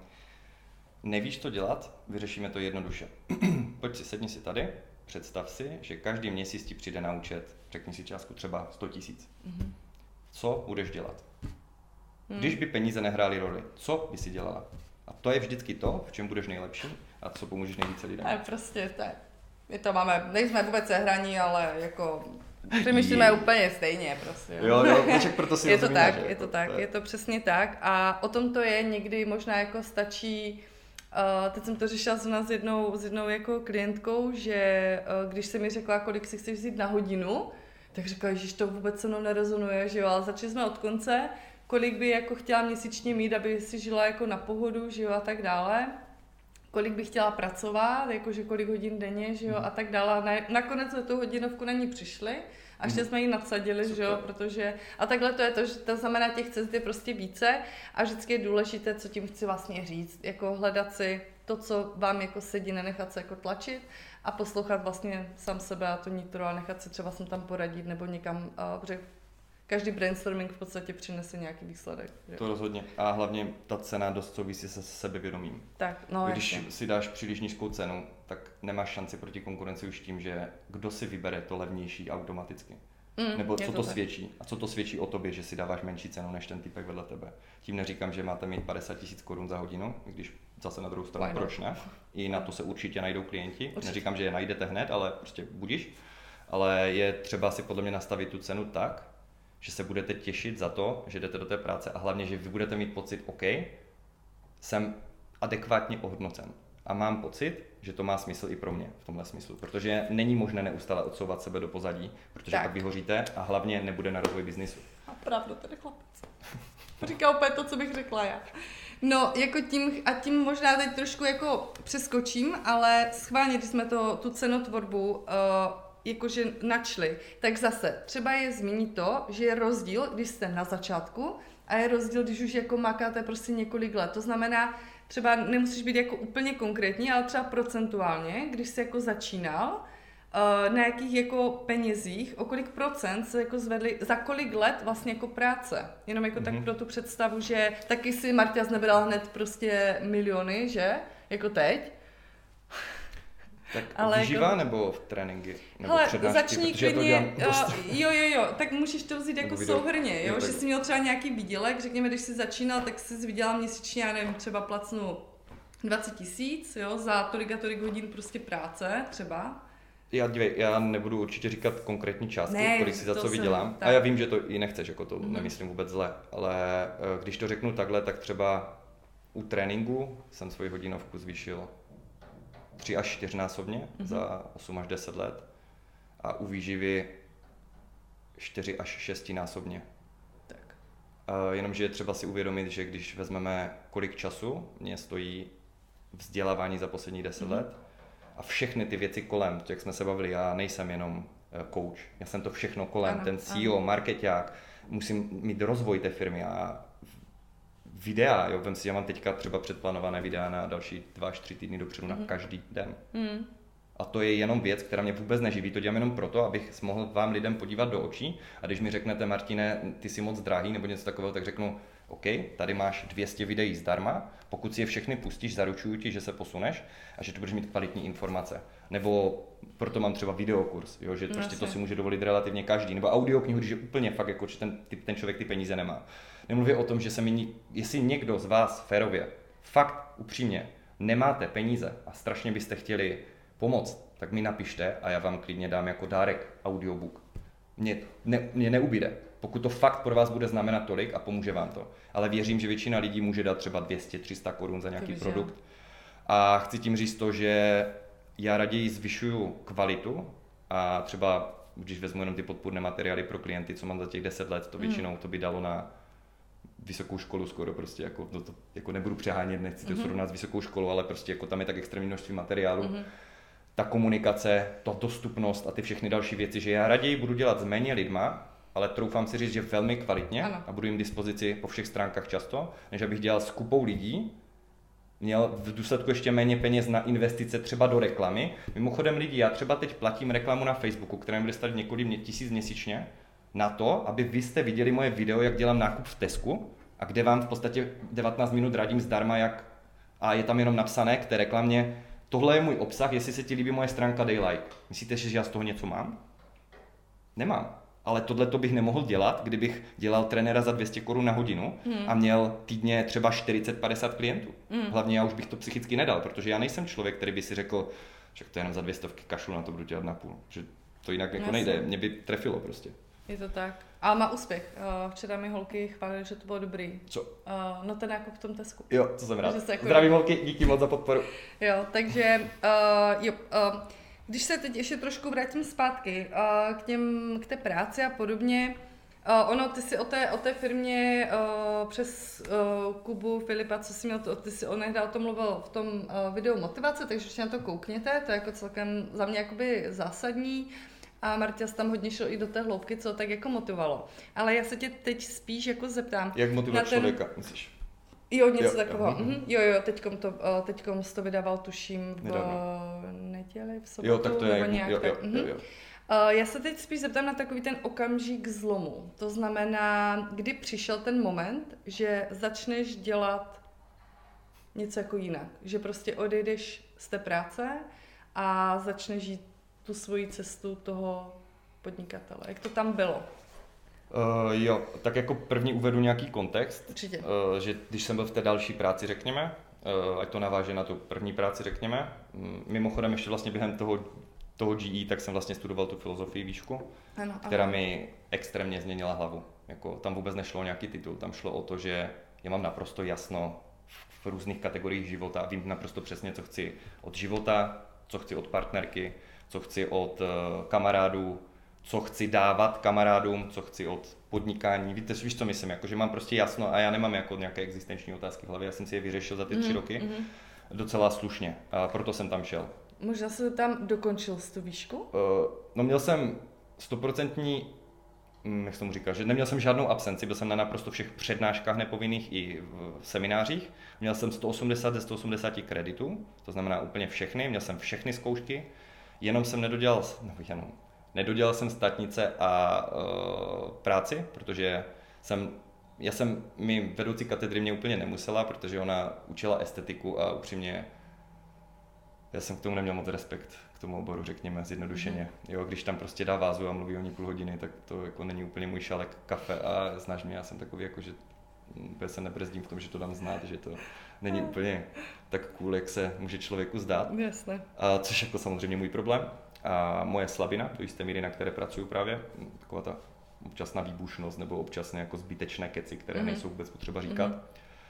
nevíš to dělat, vyřešíme to jednoduše. Pojď si, sedni si tady, představ si, že každý měsíc ti přijde na účet, řekni si částku třeba sto tisíc. Mm-hmm. Co budeš dělat? Mm. Když by peníze nehrály roli, co by si dělala? A to je vždycky to, v čem budeš nejlepší a co pomůžeš nejvíce lidem. A prostě to je. My to máme, nejsme vůbec sehraní, ale jako přemýšlíme úplně stejně prostě. Jo, jo, jo poček, proto si je to tak, že? je to tak, je to přesně tak a o tom to je, někdy možná jako stačí, uh, teď jsem to řešila s jednou, s jednou jako klientkou, že uh, když se mi řekla, kolik si chceš vzít na hodinu, tak řekla, že to vůbec se mnou nerezonuje, že jo, ale začali jsme od konce, kolik by jako chtěla měsíčně mít, aby si žila jako na pohodu, že jo, a tak dále. Kolik by chtěla pracovat, jakože kolik hodin denně, že jo, a tak dále. Nakonec jsme tu hodinovku na ní přišli a ještě jsme ji nadsadili, super. Že jo, protože... A takhle to je to, že to znamená těch cest je prostě více a vždycky je důležité, co tím chci vlastně říct, jako hledat si to, co vám jako sedí, nenechat se jako tlačit a poslouchat vlastně sám sebe a to nitro a nechat si třeba sem tam poradit nebo někam, uh, každý brainstorming v podstatě přinese nějaký výsledek. Že? To rozhodně. A hlavně ta cena dost souvisí se sebevědomím. Tak, no Když jasně. si dáš příliš nízkou cenu, tak nemáš šanci proti konkurenci už tím, že kdo si vybere to levnější automaticky. Mm, Nebo co to, to svědčí? A co to svědčí o tobě, že si dáváš menší cenu než ten typek vedle tebe. Tím neříkám, že máte mít padesát tisíc korun za hodinu, když zase na druhou stranu, proč ne? I na to se určitě najdou klienti. Určitě. Neříkám, že je najdete hned, ale prostě budiš. Ale je třeba si podle mě nastavit tu cenu tak, že se budete těšit za to, že jdete do té práce a hlavně, že vy budete mít pocit, OK, jsem adekvátně ohodnocen. A mám pocit, že to má smysl i pro mě v tomhle smyslu, protože není možné neustále odsouvat sebe do pozadí, protože tak. pak vyhoříte a hlavně nebude na rozvoj biznisu. A pravda, tady chlapec. Říká úplně to, co bych řekla já. No, jako tím, a tím možná teď trošku jako přeskočím, ale schválně, když jsme to, tu cenotvorbu uh, jakože načli, tak zase třeba je zmínit to, že je rozdíl, když jste na začátku a je rozdíl, když už jako makáte prostě několik let. To znamená, třeba nemusíš být jako úplně konkrétní, ale třeba procentuálně, když jsi jako začínal, na jakých jako penězích, o kolik procent se jako zvedli, za kolik let vlastně jako práce. Jenom jako mm-hmm. tak pro tu představu, že taky si Marťas nebral hned prostě miliony, že? Jako teď. Tak ale výživa jako... nebo v tréninky? Nebo hele, přednášky, začni klidně, uh, jo, jo, jo, tak můžeš to vzít jako souhrně, jo, jo že jsi měl třeba nějaký výdělek, řekněme, když jsi začínal, tak jsi vydělal měsíčně, já nevím, třeba placnu dvacet tisíc, jo, za tolik a tolik hodin prostě práce, třeba. Já, dívej, já nebudu určitě říkat konkrétní částky, ne, kolik si za co vydělám. A já vím, že to i nechceš, jako to mm-hmm. nemyslím vůbec zle, ale když to řeknu takhle, tak třeba u tréninku jsem svoji hodinovku zvýšil tři až čtyřnásobně mm-hmm. za osm až deset let a u výživy čtyři až šestinásobně. Tak. A jenomže je třeba si uvědomit, že když vezmeme, kolik času mě stojí vzdělávání za posledních deset mm-hmm. let, a všechny ty věci kolem, jak jsme se bavili, já nejsem jenom coach, já jsem to všechno kolem, ano, ten C E O, ano. markeťák, musím mít rozvoj té firmy a videa, jo, vem si, já mám teďka třeba předplánované videa na další dva až tři týdny dopředu mm. na každý den. Mm. A to je jenom věc, která mě vůbec neživí, to dělám jenom proto, abych mohl vám lidem podívat do očí a když mi řeknete, Martine, ty jsi moc drahý nebo něco takového, tak řeknu, OK, tady máš dvě stě videí zdarma, pokud si je všechny pustíš, zaručuju ti, že se posuneš a že tu budeš mít kvalitní informace. Nebo proto mám třeba videokurs, jo, že prostě to si může dovolit relativně každý, nebo audioknihu, když je úplně fakt, jako, že ten, ten člověk ty peníze nemá. Nemluvím o tom, že se mi, jestli někdo z vás férově, fakt upřímně, nemáte peníze a strašně byste chtěli pomoct, tak mi napište a já vám klidně dám jako dárek audiobook. Mně, ne, mě neubyde, pokud to fakt pro vás bude znamenat tolik a pomůže vám to. Ale věřím, že většina lidí může dát třeba dvě stě tři sta korun za nějaký produkt. A chci tím říct to, že já raději zvyšuju kvalitu a třeba, když vezmu jenom ty podpůrné materiály pro klienty, co mám za těch deset let, to většinou to by dalo na vysokou školu skoro prostě, jako, no to, jako nebudu přehánět, nechci to srovnat s vysokou školou, ale prostě jako tam je tak extrémní množství materiálu. Mm-hmm. Ta komunikace, ta dostupnost a ty všechny další věci, že já raději budu dělat s méně lidma, ale troufám si říct, že velmi kvalitně ano. a budu jim k dispozici po všech stránkách často, než abych dělal s kupou lidí, měl v důsledku ještě méně peněz na investice třeba do reklamy. Mimochodem lidi, já třeba teď platím reklamu na Facebooku, která mi bude stát několik tisíc měsíčně, na to, aby vy jste viděli moje video, jak dělám nákup v Tesku a kde vám v podstatě devatenáct minut radím zdarma, jak a je tam jenom napsané k té reklamě, tohle je můj obsah, jestli se ti líbí moje stránka, dej like. Myslíte, že já z toho něco mám? Nemám. Ale tohle to bych nemohl dělat, kdybych dělal trenéra za dvě stě korun na hodinu hmm. a měl týdně třeba čtyřicet padesát klientů. Hmm. Hlavně já už bych to psychicky nedal, protože já nejsem člověk, který by si řekl, že to je jenom za dvě stovky kašlu, na to budu dělat na půl. Že to jinak jako nejde, mě by trefilo prostě. Je to tak. A má úspěch. Včera mi holky chválily, že to bylo dobrý. Co? No ten nákup v tom Tesku. Jo, to jsem rád. Jako... Zdravím holky, díky moc za podporu. Jo, takže uh, jo, uh, když se teď ještě trošku vrátím zpátky uh, k, těm, k té práci a podobně, uh, ono, ty si o té, o té firmě uh, přes uh, Kubu Filipa, co jsi měl, to, ty si onehda o tom mluvil v tom uh, videu motivace, takže ještě na to koukněte, to je jako celkem za mě jakoby zásadní. A Marťas tam hodně šel i do té hloubky, co tak jako motivovalo. Ale já se tě teď spíš jako zeptám. Jak motivovat ten... člověka, myslíš? Jo, něco jo, takového. Jo, mhm. jo, jo, teďkom to, teďkom to vydával, tuším, v Nedávno. neděli, v sobotu, jo, tak to je, nebo nějak jo, jo, tak. jo, jo. Já se teď spíš zeptám na takový ten okamžik zlomu. To znamená, kdy přišel ten moment, že začneš dělat něco jako jinak. Že prostě odejdeš z té práce a začneš žít tu svoji cestu toho podnikatele. Jak to tam bylo? Uh, jo, tak jako první uvedu nějaký kontext. Určitě. Uh, že když jsem byl v té další práci, řekněme, uh, ať to naváže na tu první práci, řekněme. Um, mimochodem ještě vlastně během toho, toho G E, tak jsem vlastně studoval tu filozofii výšku, ano, která mi extrémně změnila hlavu. Jako, tam vůbec nešlo o nějaký titul, tam šlo o to, že já mám naprosto jasno v, v různých kategoriích života a vím naprosto přesně, co chci od života, co chci od partnerky, co chci od uh, kamarádů, co chci dávat kamarádům, co chci od podnikání. Víte, víš, co myslím, jako, že mám prostě jasno a já nemám jako nějaké existenční otázky v hlavě, já jsem si je vyřešil za ty tři mm, roky mm. docela slušně a proto jsem tam šel. Možná se tam dokončil z tu výšku? Uh, no měl jsem stoprocentní, jak se tomu říká, že neměl jsem žádnou absenci, byl jsem na naprosto všech přednáškách nepovinných i v seminářích. Měl jsem sto osmdesát ze sto osmdesát kreditů, to znamená úplně všechny, měl jsem všechny zkoušky, jenom jsem nedodělal, no jenom, nedodělal jsem státnice a uh, práci, protože jsem, já jsem, mi vedoucí katedry mě úplně nemusela, protože ona učila estetiku a upřímně já jsem k tomu neměl moc respekt, k tomu oboru, řekněme, zjednodušeně. Mm. Jo, když tam prostě dá vázu a mluví o ní půl hodiny, tak to jako není úplně můj šálek kafe a znáš mě, já jsem takový jako, že úplně se nebrzdím v tom, že to dám znát, že to není úplně tak cool, jak se může člověku zdát. Jasně. A což jako samozřejmě můj problém. A moje slabina, do jisté míry, na které pracuju právě, taková ta občasná výbušnost nebo občasné jako zbytečné keci, které mm. nejsou vůbec potřeba říkat. Mm.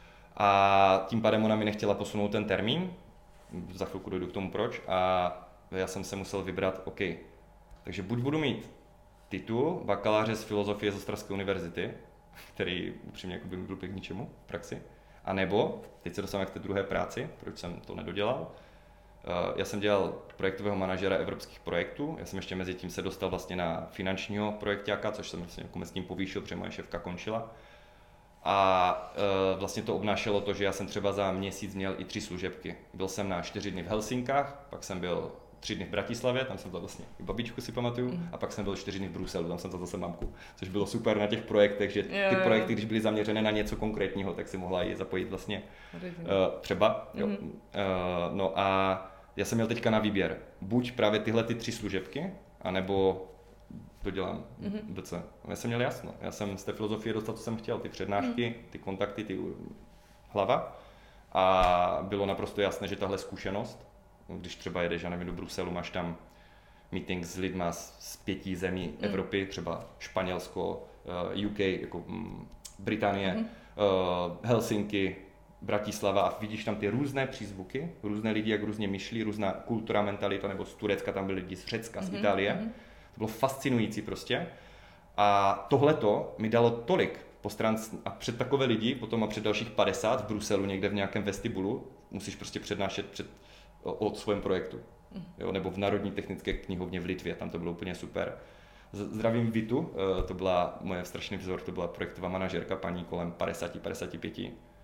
A tím pádem ona mi nechtěla posunout ten termín, za chvilku dojdu k tomu proč, a já jsem se musel vybrat, OK, takže buď budu mít titul bakaláře z filozofie z Ostravské univerzity, který upřímně jako by mi byl k ničemu v praxi, a nebo, teď se dostávám k té druhé práci, proč jsem to nedodělal. Já jsem dělal projektového manažera evropských projektů, já jsem ještě mezi tím se dostal vlastně na finančního projekťáka, což jsem vlastně jako mezi tím povýšil, protože moje šéfka končila. A e, vlastně to obnášelo to, že já jsem třeba za měsíc měl i tři služebky. Byl jsem na čtyři dny v Helsinkách, pak jsem byl tři dny v Bratislavě, tam jsem to vlastně i babičku si pamatuju, mm. a pak jsem byl čtyři dny v Bruselu, tam jsem to zase mamku, což bylo super na těch projektech, že ty jo, projekty, jo. když byly zaměřené na něco konkrétního, tak si mohla i zapojit vlastně uh, třeba. Mm. Jo. Uh, no a já jsem měl teďka na výběr, buď právě tyhle ty tři služebky, anebo to dělám mm-hmm. B C. Já jsem měl jasno, já jsem z té filozofie dostal, co jsem chtěl, ty přednášky, mm. ty kontakty, ty hlava, a bylo naprosto jasné, že tahle zkušenost, když třeba jedeš, já nevím, do Bruselu, máš tam meeting s lidma z pěti zemí mm. Evropy, třeba Španělsko, U K, jako um, Británie, mm. uh, Helsinki, Bratislava, a vidíš tam ty různé přízvuky, různé lidi, jak různě myšlí, různá kultura, mentalita, nebo z Turecka, tam byli lidi z Řecka, mm. z Itálie. Mm. To bylo fascinující prostě. A tohleto mi dalo tolik postran a před takové lidi, potom a před dalších padesát v Bruselu, někde v nějakém vestibulu, musíš prostě přednášet před, o, o svém projektu. Jo, nebo v Národní technické knihovně v Litvě, tam to bylo úplně super. Zdravím Vitu, to byla moje strašný vzor, to byla projektová manažerka, paní kolem padesát padesát pět.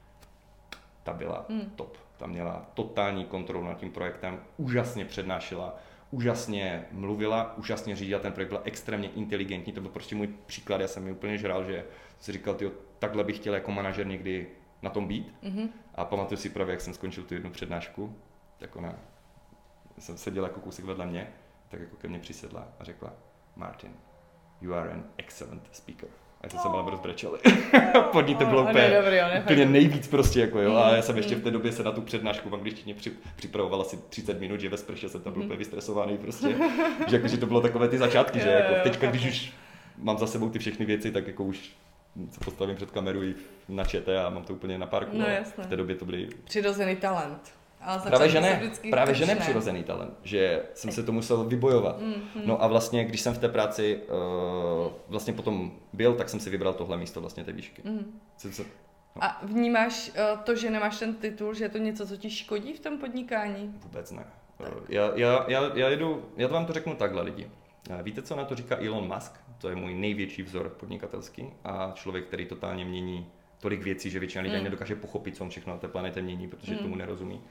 Ta byla mm. top. Ta měla totální kontrolu nad tím projektem, úžasně přednášela, úžasně mluvila, úžasně řídila, ten projekt byl extrémně inteligentní, to byl prostě můj příklad, já jsem mi úplně žral, že si říkal, tyjo, takhle bych chtěl jako manažer někdy na tom být. Mm-hmm. A pamatuju si právě, jak jsem skončil tu jednu přednášku, tak ona, jsem seděl jako kousek vedle mě, tak jako ke mně přisedla a řekla, Martin, you are an excellent speaker. A já jsem se malem rozbrečel. Pod ní to bylo úplně, dobrý, úplně nejvíc prostě, jako jo. A já jsem ještě v té době se na tu přednášku v angličtině při, připravoval asi třicet minut, že ve sprše jsem tam byl úplně vystresovaný prostě. Že, jako, že to bylo takové ty začátky, že jako teďka, když už mám za sebou ty všechny věci, tak jako už se postavím před kameru i načete a mám to úplně na parku. No, v té době to byly... Přirozený talent. Právě že ne, právě že ne přirozený talent, že jsem se to musel vybojovat. Mm, mm. No a vlastně, když jsem v té práci uh, vlastně potom byl, tak jsem si vybral tohle místo vlastně té výšky. Mm. Se, no. A vnímáš uh, to, že nemáš ten titul, že je to něco, co ti škodí v tom podnikání? Vůbec ne. Uh, já, já, já, já, jedu, já to vám to řeknu takhle, lidi. Víte, co na to říká Elon Musk? To je můj největší vzor podnikatelský a člověk, který totálně mění tolik věcí, že většina lidí mm. nedokáže pochopit, co on všechno na té planetě mění, protože mm. tomu nerozumí.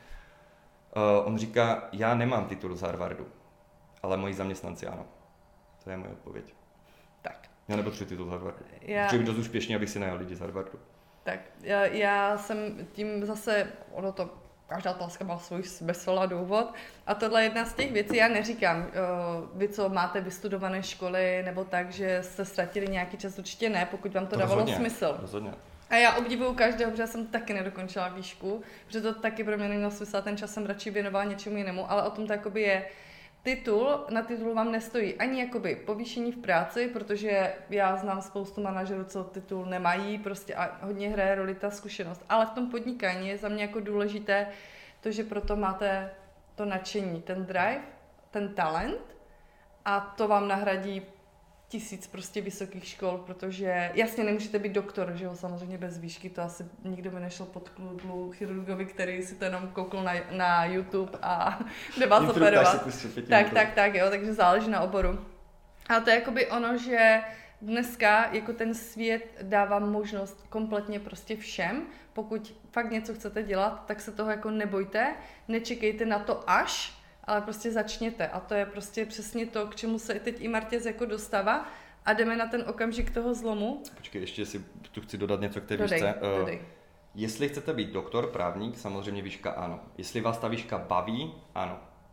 Uh, on říká, já nemám titul z Harvardu, ale moji zaměstnanci ano. To je moje odpověď. Tak. Já nepotřebuji titul z Harvardu. Já... Potřebuji dost úspěšný, abych si najal lidi z Harvardu. Tak, já, já jsem tím zase, ono to, každá otázka má svůj smysl a důvod. A tohle je jedna z těch věcí, já neříkám, uh, vy co máte vystudované školy nebo tak, že jste ztratili nějaký čas, určitě ne, pokud vám to, to dávalo rozhodně, smysl. Rozhodně. A já obdivuju každého, protože já jsem taky nedokončila výšku, protože to taky pro mě nemělo smysl, ten čas jsem radši věnovala něčemu jinému, ale o tom to jakoby je. Titul, na titul vám nestojí ani jakoby povýšení v práci, protože já znám spoustu manažerů, co titul nemají, prostě a hodně hraje roli ta zkušenost. Ale v tom podnikání je za mě jako důležité to, že proto máte to nadšení, ten drive, ten talent a to vám nahradí tisíc prostě vysokých škol, protože jasně nemůžete být doktor, že jo, samozřejmě bez výšky, to asi nikdo by nešel pod klublu chirurgovi, který si to jenom koukl na, na YouTube a nemá se operovat. Tak, tak, tak, jo, takže záleží na oboru. A to je jakoby ono, že dneska jako ten svět dává možnost kompletně prostě všem, pokud fakt něco chcete dělat, tak se toho jako nebojte, nečekejte na to až, ale prostě začněte a to je prostě přesně to, k čemu se teď i Martěz jako dostává a jdeme na ten okamžik toho zlomu. Počkej, ještě si tu chci dodat něco k té výšce. Uh, jestli chcete být doktor, právník, samozřejmě výška ano. Jestli vás ta výška baví, ano.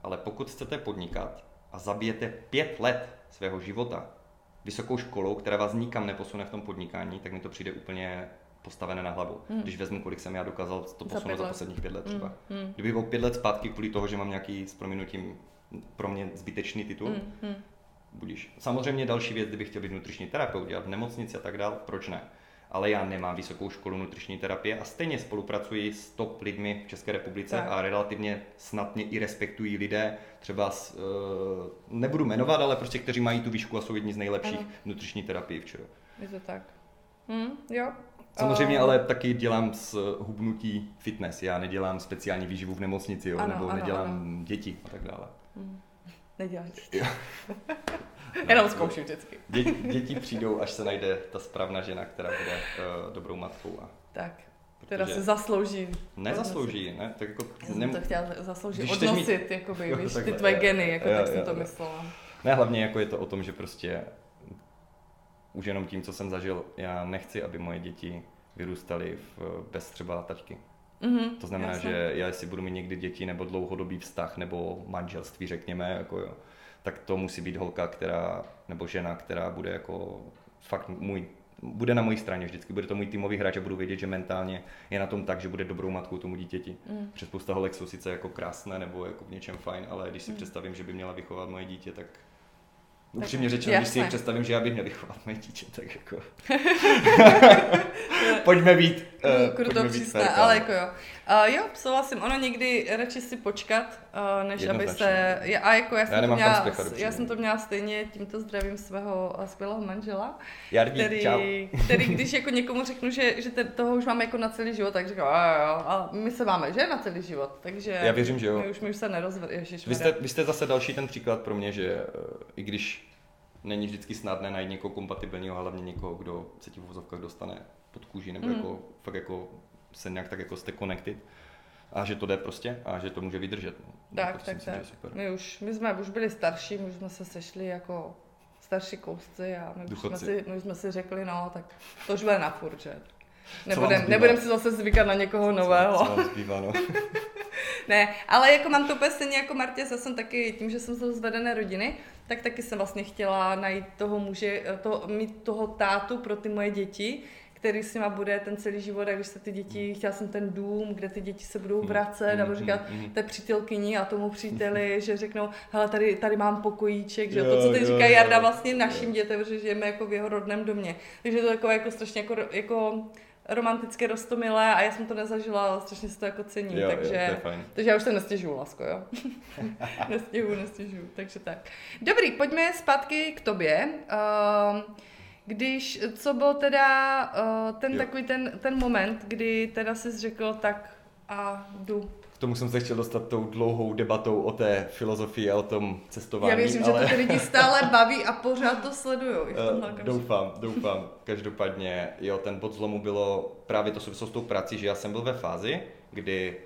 ale pokud chcete podnikat a zabijete pět let svého života vysokou školou, která vás nikam neposune v tom podnikání, tak mi to přijde úplně postavené na hlavu. Hmm. Když vezmu, kolik jsem já dokázal to posunout za, za posledních pět let třeba. Hmm. Hmm. Kdyby byl pět let zpátky kvůli toho, že mám nějaký s prominutím pro mě zbytečný titul, hmm. Hmm. budíš. Samozřejmě další věc, kdybych chtěl být nutriční terapeut, dělat v nemocnici a tak dál, proč ne? Ale já nemám vysokou školu nutriční terapie a stejně spolupracuji s top lidmi v České republice tak. A relativně snadně i respektují lidé, třeba s, uh, nebudu jmenovat, ale prostě kteří mají tu výšku a jsou jedni z nejlepších ano. nutriční terapii včera. Je to tak. Hm, jo. Samozřejmě, uh... ale taky dělám s hubnutí fitness, já nedělám speciální výživu v nemocnici, jo, ano, nebo ano, nedělám ano. děti a tak dále. Hmm. Neděláš děti. Jenom zkouším vždycky. Děti, děti přijdou, až se najde ta správná žena, která bude uh, dobrou matkou. A... Tak, která se zaslouží. Nezaslouží, ne? Tak jako, Já jsem nem... to chtěla zasloužit, odnosit, mít... jakoby, jo, víš, ty tvoje geny, jako jo, tak jo, jsem jo, to jo. myslela. Ne, hlavně jako je to o tom, že prostě už jenom tím, co jsem zažil, já nechci, aby moje děti vyrůstaly v, bez třeba taťky. Mm-hmm, to znamená, jasně. že já si budu mít někdy děti nebo dlouhodobý vztah nebo manželství, řekněme, jako jo, tak to musí být holka, která, nebo žena, která bude jako fakt můj, bude na mojí straně vždycky, bude to můj týmový hráč a budu vědět, že mentálně je na tom tak, že bude dobrou matkou tomu dítěti. Mm. Přes spousta holek jsou sice jako krásné nebo jako v něčem fajn, ale když si mm. představím, že by měla vychovat moje dítě, tak upřímně řečeno, když si představím, že já bych měl vychovat moje dítě, tak jako pojďme být uh, pojďme být přísné, ale jako jo. Uh, jo, souhlasím, ono někdy radši si počkat, uh, než aby se, já, a jako já jsem, já to měla, spěchat, já jsem to měla stejně tímto zdravím svého skvělého manžela, Jardi, který, čau. který když jako někomu řeknu, že, že toho už máme jako na celý život, tak říkám, jo, jo, a my se máme, že na celý život, takže já věřím, že jo. My už, my už se nerozvedli, ježišmarja. Vy jste, vy jste zase další ten příklad pro mě, že uh, i když není vždycky snadné najít někoho kompatibilního, hlavně někoho, kdo se ti v uvozovkách dostane pod kůži, nebo mm. jako, fakt jako se nějak tak jako jste connected a že to jde prostě a že to může vydržet. Tak, tak, tak. My už, my jsme už byli starší, my už jsme se sešli jako starší kousci a my už jsme, si, my jsme si řekli, no tak to už bude na furt, že? Nebudem, nebudem si zase zvykat na někoho nového. Co, co vám zbývá, no. Ne, ale jako mám to úplně stejně jako Martě, já jsem taky, tím, že jsem z vedené rodiny, tak taky jsem vlastně chtěla najít toho muže, to, mít toho tátu pro ty moje děti, který s nima bude ten celý život, a když se ty děti, chtěla jsem ten dům, kde ty děti se budou vracet, nebo říkat té přítelkyni a tomu příteli, že řeknou, hele, tady, tady mám pokojíček, že to, co teď říká Jarda vlastně našim dětem, že žijeme jako v jeho rodném domě. Takže to je takové jako strašně jako, jako romantické, roztomilé a já jsem to nezažila, ale strašně si to jako cením, jo, takže, jo, takže já už se nestěžuju, lásko, jo. nestěžuju, nestěžuju, takže tak. Dobrý, pojďme zpátky k tobě. Uh, když, co byl teda uh, ten jo. takový ten, ten moment, kdy teda jsi řekl tak a jdu. K tomu jsem se chtěl dostat tou dlouhou debatou o té filozofii a o tom cestování. Já věřím, ale... že to ty lidi stále baví a pořád to sledujou. Uh, doufám, doufám. Každopádně, jo, ten bod zlomu bylo právě to souvislo s tou prací, že já jsem byl ve fázi, kdy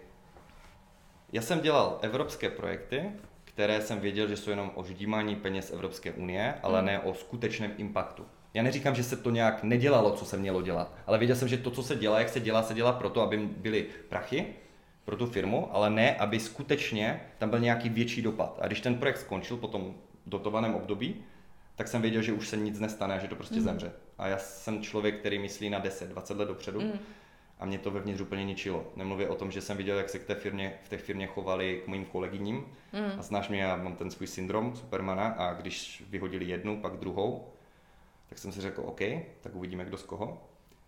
já jsem dělal evropské projekty, které jsem věděl, že jsou jenom o ždímání peněz Evropské unie, ale hmm. ne o skutečném impaktu. Já neříkám, že se to nějak nedělalo, co se mělo dělat, ale věděl jsem, že to, co se dělá, jak se dělá, se dělá proto, aby byly prachy pro tu firmu, ale ne, aby skutečně tam byl nějaký větší dopad. A když ten projekt skončil po tom dotovaném období, tak jsem věděl, že už se nic nestane a že to prostě mm. zemře. A já jsem člověk, který myslí na deset dvacet let dopředu mm. a mě to vevnitř úplně ničilo. Nemluvě o tom, že jsem viděl, jak se k té firmě, v té firmě chovali k mým kolegyním. Mm. A znáš mě, já mám ten svůj syndrom Supermana a když vyhodili jednu, pak druhou, tak jsem si řekl, OK, tak uvidíme, kdo z koho.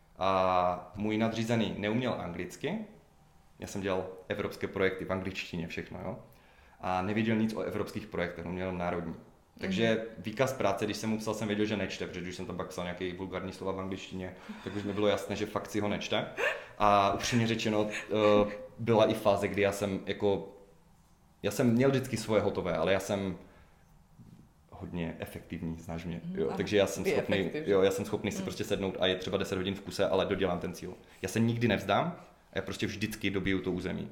A můj nadřízený neuměl anglicky, já jsem dělal evropské projekty v angličtině, všechno, jo. A nevěděl nic o evropských projektech, on měl národní. Takže mm-hmm. výkaz práce, když jsem mu psal, jsem věděl, že nečte, protože když jsem tam pak psal nějaké vulgární slova v angličtině, tak už mi bylo jasné, že fakt si ho nečte. A upřímně řečeno, byla i fáze, kdy já jsem jako, já jsem měl vždycky svoje hotové, ale já jsem hodně efektivní, znáš mě, jo, Aha, takže já jsem schopný, jo, já jsem schopný si mm. prostě sednout a je třeba deset hodin v kuse, ale dodělám ten cíl. Já se nikdy nevzdám a já prostě vždycky dobiju to území.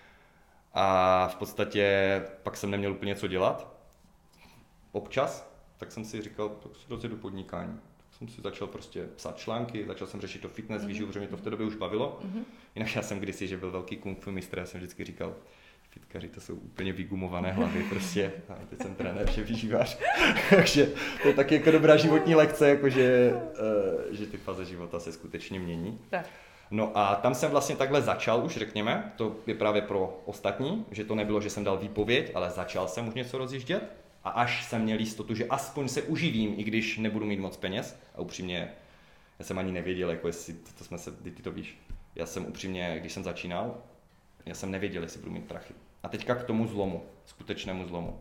A v podstatě pak jsem neměl úplně co dělat. Občas, tak jsem si říkal, tak si rozjedu podnikání. Tak jsem si začal prostě psát články, začal jsem řešit to fitness, mm. výživu, protože mě to v té době už bavilo. Mm. Jinak já jsem kdysi, že byl velký kung fu mistr, já jsem vždycky říkal, Fitkaři to jsou úplně vygumované hlavy prostě. A teď jsem trenér, že výživář. Takže to je taky jako dobrá životní lekce, jakože, uh, že ty fáze života se skutečně mění. Tak. No a tam jsem vlastně takhle začal už, řekněme, to je právě pro ostatní, že to nebylo, že jsem dal výpověď, ale začal jsem už něco rozjíždět a až jsem měl jistotu, že aspoň se uživím, i když nebudu mít moc peněz. A upřímně, já jsem ani nevěděl, jako jestli, to jsme se, ty to víš, já jsem upřímně, když jsem začínal, já jsem nevěděl, jestli budu mít prachy. A teďka k tomu zlomu, skutečnému zlomu.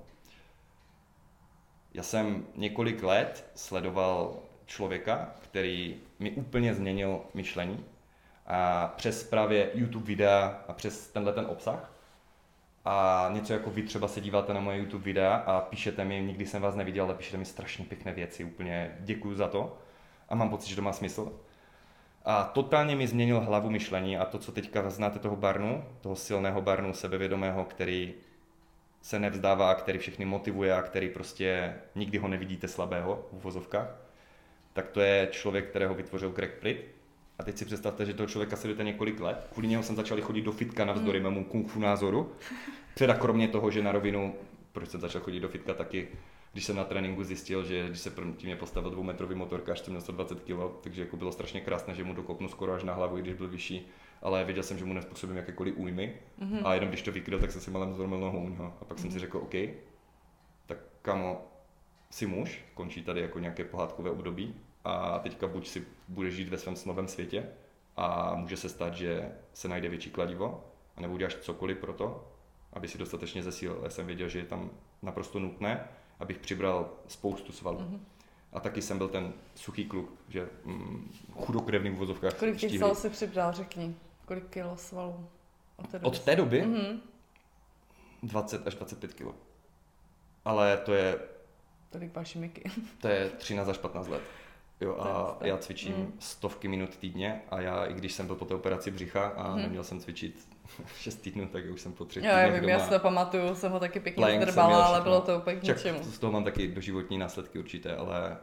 Já jsem několik let sledoval člověka, který mi úplně změnil myšlení a přes právě YouTube videa a přes tenhle ten obsah. A něco jako vy třeba se díváte na moje YouTube videa a píšete mi, nikdy jsem vás neviděl, ale píšete mi strašně pěkné věci, úplně děkuju za to a mám pocit, že to má smysl. A totálně mi změnil hlavu myšlení a to, co teďka znáte toho Barnu, toho silného Barnu, sebevědomého, který se nevzdává a který všechny motivuje a který prostě nikdy ho nevidíte slabého v uvozovkách, tak to je člověk, kterého vytvořil Greg Plitt. A teď si představte, že toho člověka sledujete několik let. Kvůli něho jsem začal chodit do fitka navzdory mm. mému kung fu názoru. Teda kromě toho, že na rovinu, proč jsem začal chodit do fitka taky, když jsem na tréninku zjistil, že když se proti mě postavil dvoumetrový motorkář, jsem měl sto dvacet kilo, takže jako bylo strašně krásné, že mu dokopnu skoro až na hlavu, i když byl vyšší, ale věděl jsem, že mu nezpůsobím jakékoliv újmy. Mm-hmm. A jenom když to vykryl, tak jsem si malem zlomil nohou. No. A pak mm-hmm. jsem si řekl, OK, tak kamo, si muž, končí tady jako nějaké pohádkové období a teďka buď si budeš žít ve svém snovém světě a může se stát, že se najde větší kladivo, anebo uděláš cokoliv pro to, aby si dostatečně zesílil. Já jsem věděl, že je tam naprosto nutné, abych přibral spoustu svalů. Mm-hmm. A taky jsem byl ten suchý kluk, že mm, chudokrevný v vozovkách. Kolik těch svalů jsi přibral, řekni? Kolik kilo svalů? Od té doby? Od té doby? Mm-hmm. dvacet až dvacet pět kilo. Ale to je... Tolik pašimiky. To je třináct až patnáct let. Jo, a já cvičím mm. stovky minut týdně a já, i když jsem byl po té operaci břicha a mm. neměl jsem cvičit šest týdnů, tak už jsem po třech týdnech doma. Já vím, já si to pamatuju, jsem ho taky pěkně zdrbala, ale bylo to úplně k ničemu. Z toho mám taky doživotní následky určité, ale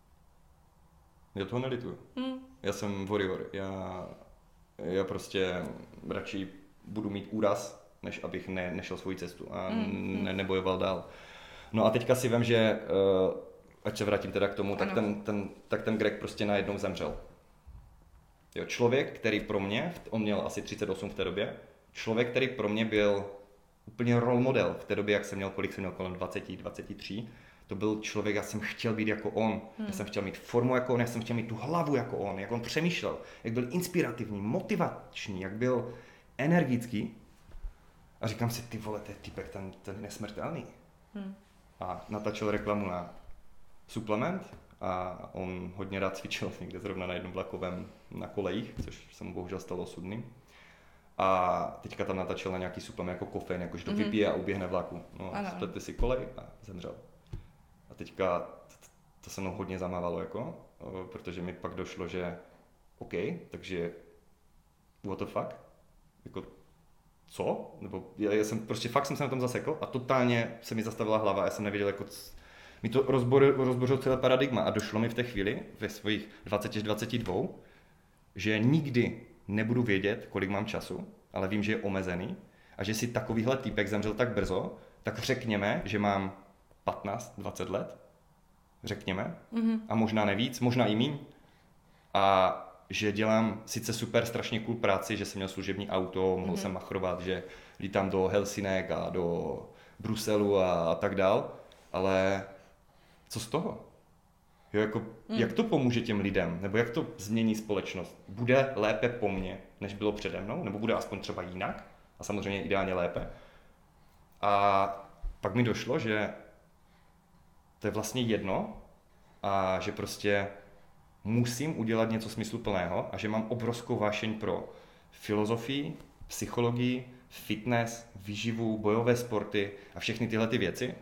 já toho nelituju. Mm. Já jsem warrior, já, já prostě radši budu mít úraz, než abych ne, nešel svoji cestu a mm. ne, nebojoval dál. No a teďka si vím, že uh, ať se vrátím teda k tomu, tak ten, ten, tak ten Greg prostě najednou zemřel. Jo, člověk, který pro mě, on měl asi třicet osm v té době, člověk, který pro mě byl úplně role model v té době, jak jsem měl, kolik jsem měl, kolem dvacet, dvacet tři, to byl člověk, já jsem chtěl být jako on, hmm. já jsem chtěl mít formu jako on, já jsem chtěl mít tu hlavu jako on, jak on přemýšlel, jak byl inspirativní, motivační, jak byl energický. A říkám si, ty vole, ten typek, ten, ten je nesmrtelný. Hmm. A natačil reklamu na suplement a on hodně rád cvičil někde zrovna na jednom vlakovém na kolejích, což se mu bohužel stalo osudným. A teďka tam natačil na nějaký suplement jako kofein, jakože to mm-hmm. vypije a uběhne vlaku. No, spletli si kolej a zemřel. A teďka to se mnou hodně zamávalo, jako, protože mi pak došlo, že OK, takže what the fuck? Jako, co? Nebo já, já jsem prostě fakt jsem se na tom zasekl a totálně se mi zastavila hlava, já jsem nevěděl, jako mi to rozbořilo celé paradigma a došlo mi v té chvíli, ve svých dvaceti až dvaceti dvou, že nikdy nebudu vědět, kolik mám času, ale vím, že je omezený a že si takovýhle týpek zemřel tak brzo, tak řekněme, že mám patnáct dvacet let, řekněme, mm-hmm. a možná nevíc, možná i míň, a že dělám sice super strašně cool práci, že jsem měl služební auto, mohl mm-hmm. jsem machrovat, že lítám do Helsinek a do Bruselu a, a tak dál, ale co z toho? Jo, jako, mm. Jak to pomůže těm lidem? Nebo jak to změní společnost? Bude lépe po mně, než bylo přede mnou? Nebo bude aspoň třeba jinak? A samozřejmě ideálně lépe. A pak mi došlo, že to je vlastně jedno a že prostě musím udělat něco smysluplného a že mám obrovskou vášeň pro filozofii, psychologii, fitness, výživu, bojové sporty a všechny tyhle ty věci.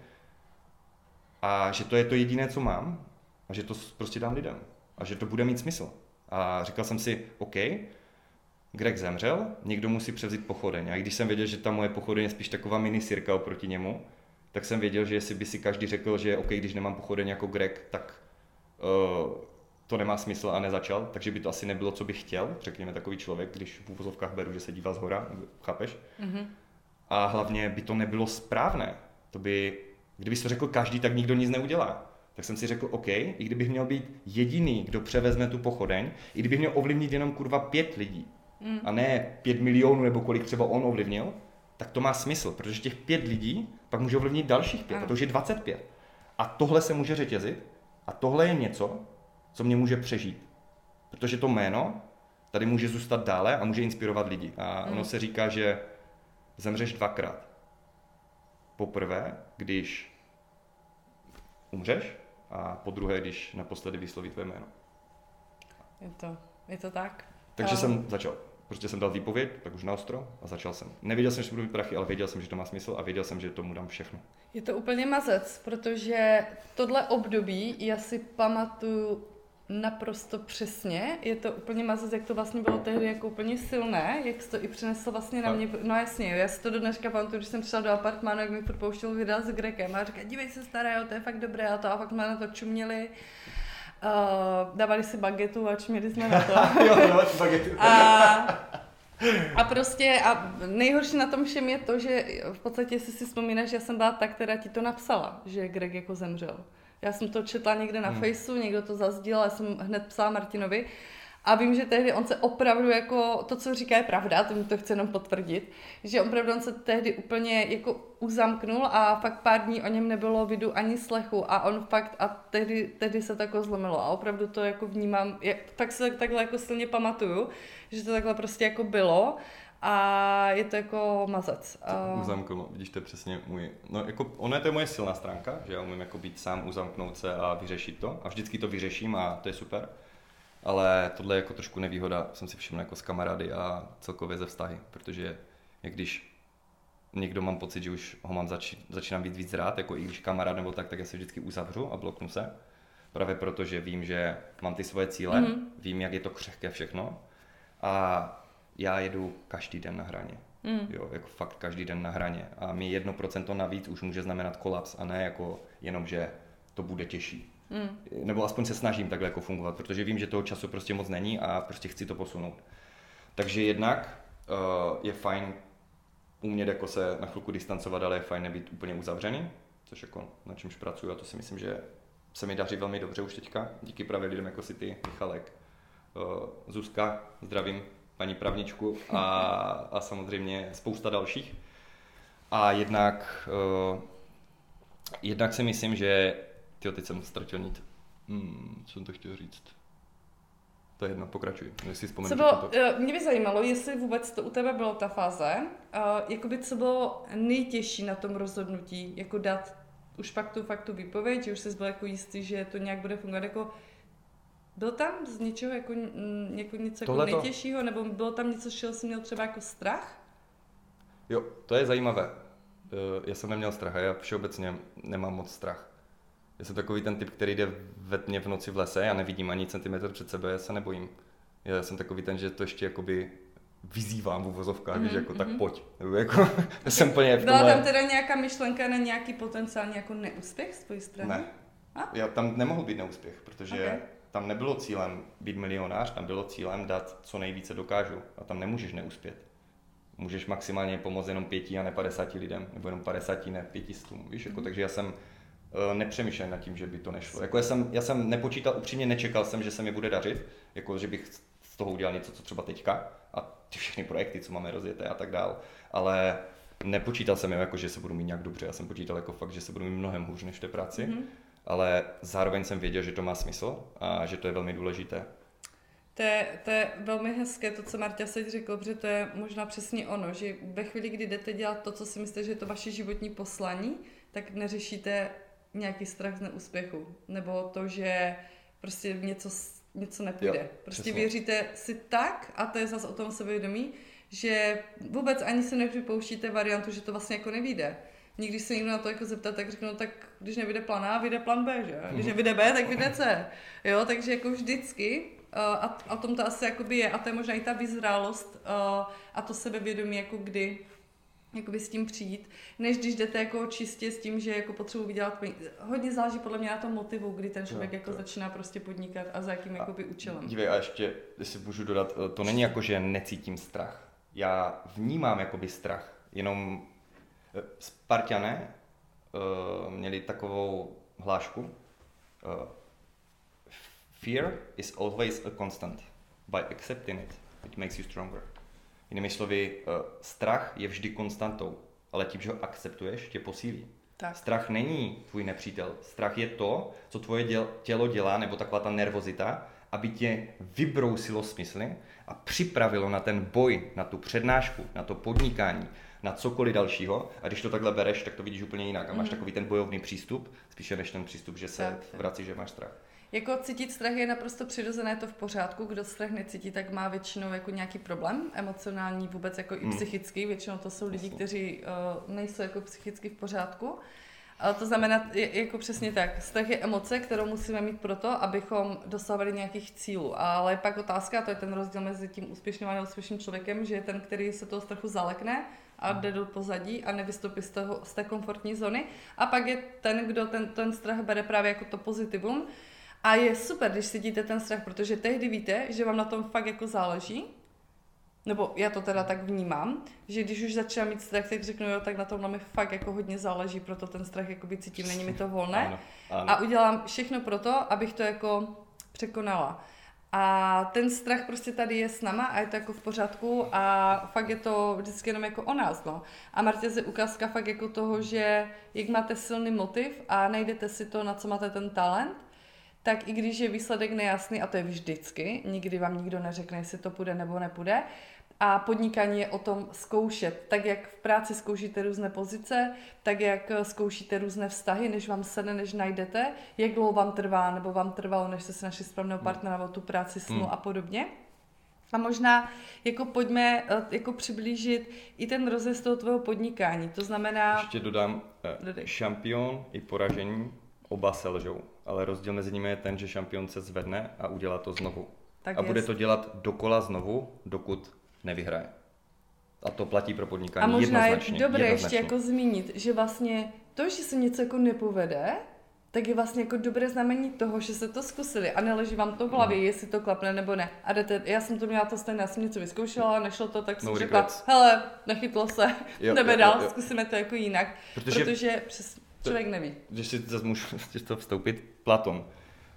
A že to je to jediné, co mám a že to prostě dám lidem a že to bude mít smysl. A říkal jsem si, OK, Greg zemřel, někdo musí převzít pochodeň. A když jsem věděl, že ta moje pochodeň je spíš taková mini sirka oproti němu, tak jsem věděl, že jestli by si každý řekl, že OK, když nemám pochodeň jako Greg, tak uh, to nemá smysl a nezačal, takže by to asi nebylo, co bych chtěl, řekněme takový člověk, když v úvozovkách beru, že se dívá zhora, chápeš? Mm-hmm. A hlavně by to nebylo správné. To by, kdyby to řekl každý, tak nikdo nic neudělá. Tak jsem si řekl, OK, i kdybych měl být jediný, kdo převezme tu pochodeň, i kdybych měl ovlivnit jenom kurva pět lidí, mm. a ne pět milionů, nebo kolik třeba on ovlivnil, tak to má smysl, protože těch pět lidí pak může ovlivnit dalších pět, a to už je dvacet pět. A tohle se může řetězit a tohle je něco, co mě může přežít. Protože to jméno tady může zůstat dále a může inspirovat lidi. A ono mm. se říká, že zemřeš dvakrát. Poprvé, když umřeš, a po druhé, když naposledy vysloví tvé jméno. Je to, je to tak. Takže uh... jsem začal. Prostě jsem dal výpověď, tak už na ostro a začal jsem. Nevěděl jsem, že budu mít prachy, ale věděl jsem, že to má smysl a věděl jsem, že tomu dám všechno. Je to úplně mazec, protože tohle období já si pamatuju naprosto přesně. Je to úplně mazec, jak to vlastně bylo tehdy jako úplně silné, jak jsi to i přinesl vlastně na mě. No jasně, já si to do dneška pamatuju, když jsem přišla do apartmánu, jak mi furt pouštěl videa s Grekem a říká, dívej se staré, jo, to je fakt dobré a to a fakt jsme na to čuměli. Uh, dávali si bagetu a čuměli jsme na to. Jo, dávali si bagetu. A, a prostě a nejhorší na tom všem je to, že v podstatě, jestli si vzpomínáš, já jsem byla ta, která ti to napsala, že Greg jako zemřel. Já jsem to četla někde na hmm. Faceu, někdo to zazdílel, já jsem hned psala Martinovi a vím, že tehdy on se opravdu jako, to, co říká, je pravda, to mi to chci jenom potvrdit, že opravdu on se tehdy úplně jako uzamknul a fakt pár dní o něm nebylo vidu ani slechu a on fakt, a tehdy, tehdy se to jako zlomilo a opravdu to jako vnímám, jak, tak se takhle jako silně pamatuju, že to takhle prostě jako bylo. A je to jako mazec. Uzamkl, no, vidíš, to je přesně můj, no jako, ono je to moje silná stránka, že já umím jako být sám, uzamknout se a vyřešit to a vždycky to vyřeším a to je super. Ale tohle je jako trošku nevýhoda, jsem si všiml jako s kamarády a celkově ze vztahy, protože jak když někdo mám pocit, že už ho mám zači, začínám víc víc rád, jako i když kamarád nebo tak, tak já se vždycky uzavřu a bloknu se. Právě proto, že vím, že mám ty svoje cíle, mm-hmm. vím, jak je to křehké všechno a já jedu každý den na hraně. Mm. Jo, jako fakt každý den na hraně. A mi jedno procento navíc už může znamenat kolaps a ne jako jenom, že to bude těžší. Mm. Nebo aspoň se snažím takhle jako fungovat, protože vím, že toho času prostě moc není a prostě chci to posunout. Takže jednak uh, je fajn umět jako se na chvilku distancovat, ale je fajn nebýt úplně uzavřený, což jako na čemž pracuji a to si myslím, že se mi daří velmi dobře už teďka. Díky právě lidem jako si ty, Michalek, uh, Zuzka, zdravím, paní právničku a, a samozřejmě spousta dalších. A jednak, uh, jednak si myslím, že tyjo, teď jsem ztratil nit. Hmm, co jsem to chtěl říct? To je jedno, pokračuj. Jestli vzpomenu, co bylo, mě by zajímalo, jestli vůbec to u tebe bylo ta fáze, uh, jakoby co bylo nejtěžší na tom rozhodnutí, jako dát už fakt tu, fakt tu výpověď, že už jsi byl jako jistý, že to nějak bude fungovat, jako byl tam z něčeho jako, jako něco jako nejtěžšího, nebo bylo tam něco, z čeho jsi měl třeba jako strach? Jo, to je zajímavé. Já jsem neměl strach a já všeobecně nemám moc strach. Já jsem takový ten typ, který jde ve tmě v noci v lese, já nevidím ani centimetr před sebe, já se nebojím. Já jsem takový ten, že to ještě jakoby vyzývám v uvozovkách, mm-hmm, víš, jako mm-hmm. tak pojď. Jako, jsem plně v tomhle... Byla tam teda nějaká myšlenka na nějaký potenciální jako neúspěch z tvojí strany? Ne. A? Já tam nemohl být neúspěch, protože okay. tam nebylo cílem být milionář, tam bylo cílem dát co nejvíce dokážu a tam nemůžeš neuspět. Můžeš maximálně pomoct jenom pěti a ne padesáti lidem, nebo jenom padesáti, ne pětistům, víš, jako, mm-hmm. takže já jsem uh, nepřemýšlel nad tím, že by to nešlo. Jako já jsem, já jsem nepočítal, upřímně nečekal jsem, že se mi bude dařit, jako že bych z toho udělal něco, co třeba teďka a ty všechny projekty, co máme rozjeté a tak dál, ale nepočítal jsem jako, že se budu mít nějak dobře, já jsem počítal jako fakt, že se budu mít mnohem hůř než v té práci, mm-hmm. ale zároveň jsem věděl, že to má smysl a že to je velmi důležité. To je, to je velmi hezké, to, co Marta teď řekl, protože to je možná přesně ono, že ve chvíli, kdy jdete dělat to, co si myslíte, že je to vaše životní poslaní, tak neřešíte nějaký strach z neúspěchu, nebo to, že prostě něco, něco nepůjde. Jo, prostě přesně. Věříte si tak, a to je zase o tom sebevědomí, že vůbec ani se nepřipouštíte variantu, že to vlastně jako nevyjde. Nikdy se někdo na to jako zeptat, tak řeknu, tak když nevyjde plán A, vyjde plán B, že? Když nevyjde B, tak vyjde C. Jo, takže jako vždycky, uh, a, a tom to asi jakoby je, a to je možná i ta vyzrálost uh, a to sebevědomí, jako kdy jakoby s tím přijít, než když jdete jako čistě s tím, že jako potřebuji vydělat peníze. Hodně záleží podle mě na tom motivu, kdy ten člověk no, jako začíná prostě podnikat a za jakým jakoby účelem. Dívej, a ještě, jestli můžu dodat, to není jako, že necítím strach. Já vnímám jakoby strach, jenom Spartané uh, měli takovou hlášku. Uh, Fear is always a constant. By accepting it, it makes you stronger. Jinými slovy, uh, strach je vždy konstantou, ale tím, že ho akceptuješ, tě posílí. Tak. Strach není tvůj nepřítel. Strach je to, co tvoje děl, tělo dělá, nebo taková ta nervozita, aby tě vybrousilo smysly a připravilo na ten boj, na tu přednášku, na to podnikání, na cokoliv dalšího. A když to takhle bereš, tak to vidíš úplně jinak a máš mm. takový ten bojovný přístup, spíše než ten přístup, že se tak, vrací, že máš strach. Jako cítit strach je naprosto přirozené, to v pořádku. Kdo strach necítí, tak má většinou jako nějaký problém, emocionální, vůbec jako i psychický. Většinou to jsou lidi, kteří uh, nejsou jako psychicky v pořádku. Ale to znamená, je, jako přesně tak, strach je emoce, kterou musíme mít proto, abychom dosahovali nějakých cílů. Ale pak otázka, to je ten rozdíl mezi tím úspěšným a neúspěšným člověkem, že je ten, který se toho strachu zalekne a jde do pozadí a nevystoupí z, toho, z té komfortní zóny. A pak je ten, kdo ten, ten strach bere právě jako to pozitivum. A je super, když cítíte ten strach, protože tehdy víte, že vám na tom fakt jako záleží. Nebo já to teda tak vnímám, že když už začínám mít strach, tak řeknu, jo, tak na tom mi fakt jako hodně záleží, proto ten strach jakoby cítím, není mi to volné. Ano, ano. A udělám všechno proto, abych to jako překonala. A ten strach prostě tady je s náma a je to jako v pořádku a fakt je to vždycky jenom jako o nás, no. A Martěz je ukázka fakt jako toho, že jak máte silný motiv a najdete si to, na co máte ten talent, tak i když je výsledek nejasný, a to je vždycky, nikdy vám nikdo neřekne, jestli to půjde nebo nepůjde, a podnikání je o tom zkoušet. Tak jak v práci zkoušíte různé pozice, tak jak zkoušíte různé vztahy, než vám sedne, než najdete, jak dlouho vám trvá, nebo vám trvalo, než jste si našli správného partnera o tu práci snu hmm. a podobně. A možná jako pojďme jako přiblížit i ten rozjezd toho tvého podnikání. To znamená... Ještě dodám, eh, šampion i poražení, oba selžou. Ale rozdíl mezi nimi je ten, že šampion se zvedne a udělá to znovu. Tak a bude to dělat dokola znovu, dokud nevyhraje. A to platí pro podnikání jednoznačně. A možná jednoznačně, je dobré jednoznačně. ještě jako zmínit, že vlastně to, že se něco jako nepovede, tak je vlastně jako dobré znamení toho, že se to zkusili a neleží vám to v hlavě, mm. jestli to klapne nebo ne. A jdete, já jsem to měla to stejné, já jsem něco vyzkoušela, nešlo to, tak jsem no řekla, regrets. Hele, nechytlo se, jo, jdeme jo, dál, jo, jo. Zkusíme to jako jinak, protože, protože přes, člověk to, neví. Když si zase můžu to vstoupit, Platon. Uh,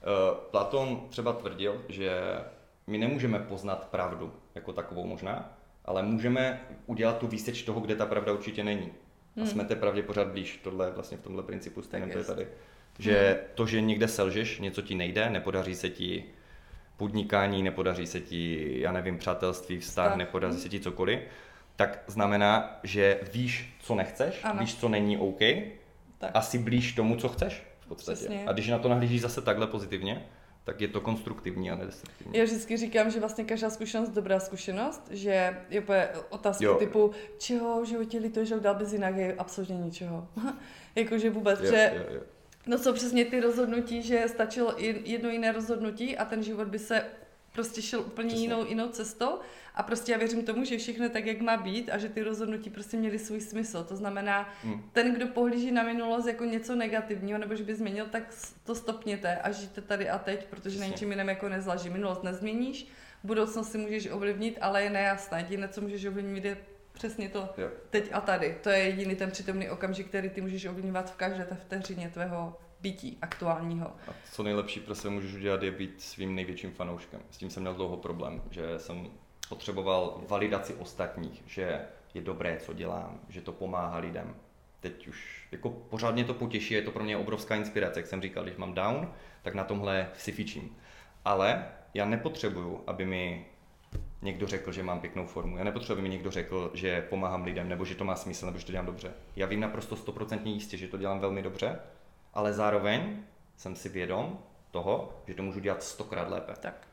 Platon třeba tvrdil, že my nemůžeme poznat pravdu jako takovou možná, ale můžeme udělat tu výseč toho, kde ta pravda určitě není. A hmm. jsme té pravdě pořád blíž. Tohle je vlastně v tomhle principu stejné, to je tady. Že hmm. to, že někde selžeš, něco ti nejde, nepodaří se ti podnikání, nepodaří se ti, já nevím, přátelství, vztah, tak. nepodaří hmm. se ti cokoliv, tak znamená, že víš, co nechceš, ano. víš, co není OK tak. a jsi blíž tomu, co chceš v podstatě. Přesně. A když na to nahlížíš zase takhle pozitivně, tak je to konstruktivní a nedestruktivní. Já vždycky říkám, že vlastně každá zkušenost je dobrá zkušenost, že je úplně otázky jo. typu, čeho v životě lituješ, že dal bys jinak, je absolutně ničeho. Jakože vůbec, jo, že jo, jo. no jsou přesně ty rozhodnutí, že stačilo jedno jiné rozhodnutí a ten život by se prostě šel úplně jinou, jinou cestou a prostě já věřím tomu, že všechno je tak, jak má být a že ty rozhodnutí prostě měly svůj smysl. To znamená, hmm. ten, kdo pohlíží na minulost jako něco negativního nebo že by změnil, tak to stopněte a žijte tady a teď, protože na ničím jiném jako nezlaží. Minulost nezměníš, budoucnost si můžeš ovlivnit, ale je nejasné. Jediné, co můžeš ovlivnit, je přesně to jo. teď a tady. To je jediný ten přítomný okamžik, který ty můžeš ovlivňovat v každé té vteřině tvého bytí aktuálního. A co nejlepší pro sebe můžeš udělat, je být svým největším fanouškem. S tím jsem měl dlouho problém, že jsem potřeboval validaci ostatních, že je dobré, co dělám, že to pomáhá lidem. Teď už jako pořád mě to potěší, je to pro mě obrovská inspirace, jak jsem říkal, když mám down, tak na tomhle si fičím. Ale já nepotřebuju, aby mi někdo řekl, že mám pěknou formu. Já nepotřebuji, aby mi někdo řekl, že pomáhám lidem, nebo že to má smysl, nebo že to dělám dobře. Já vím naprosto stoprocentně jistě, že to dělám velmi dobře, ale zároveň jsem si vědom toho, že to můžu dělat stokrát lépe. Tak.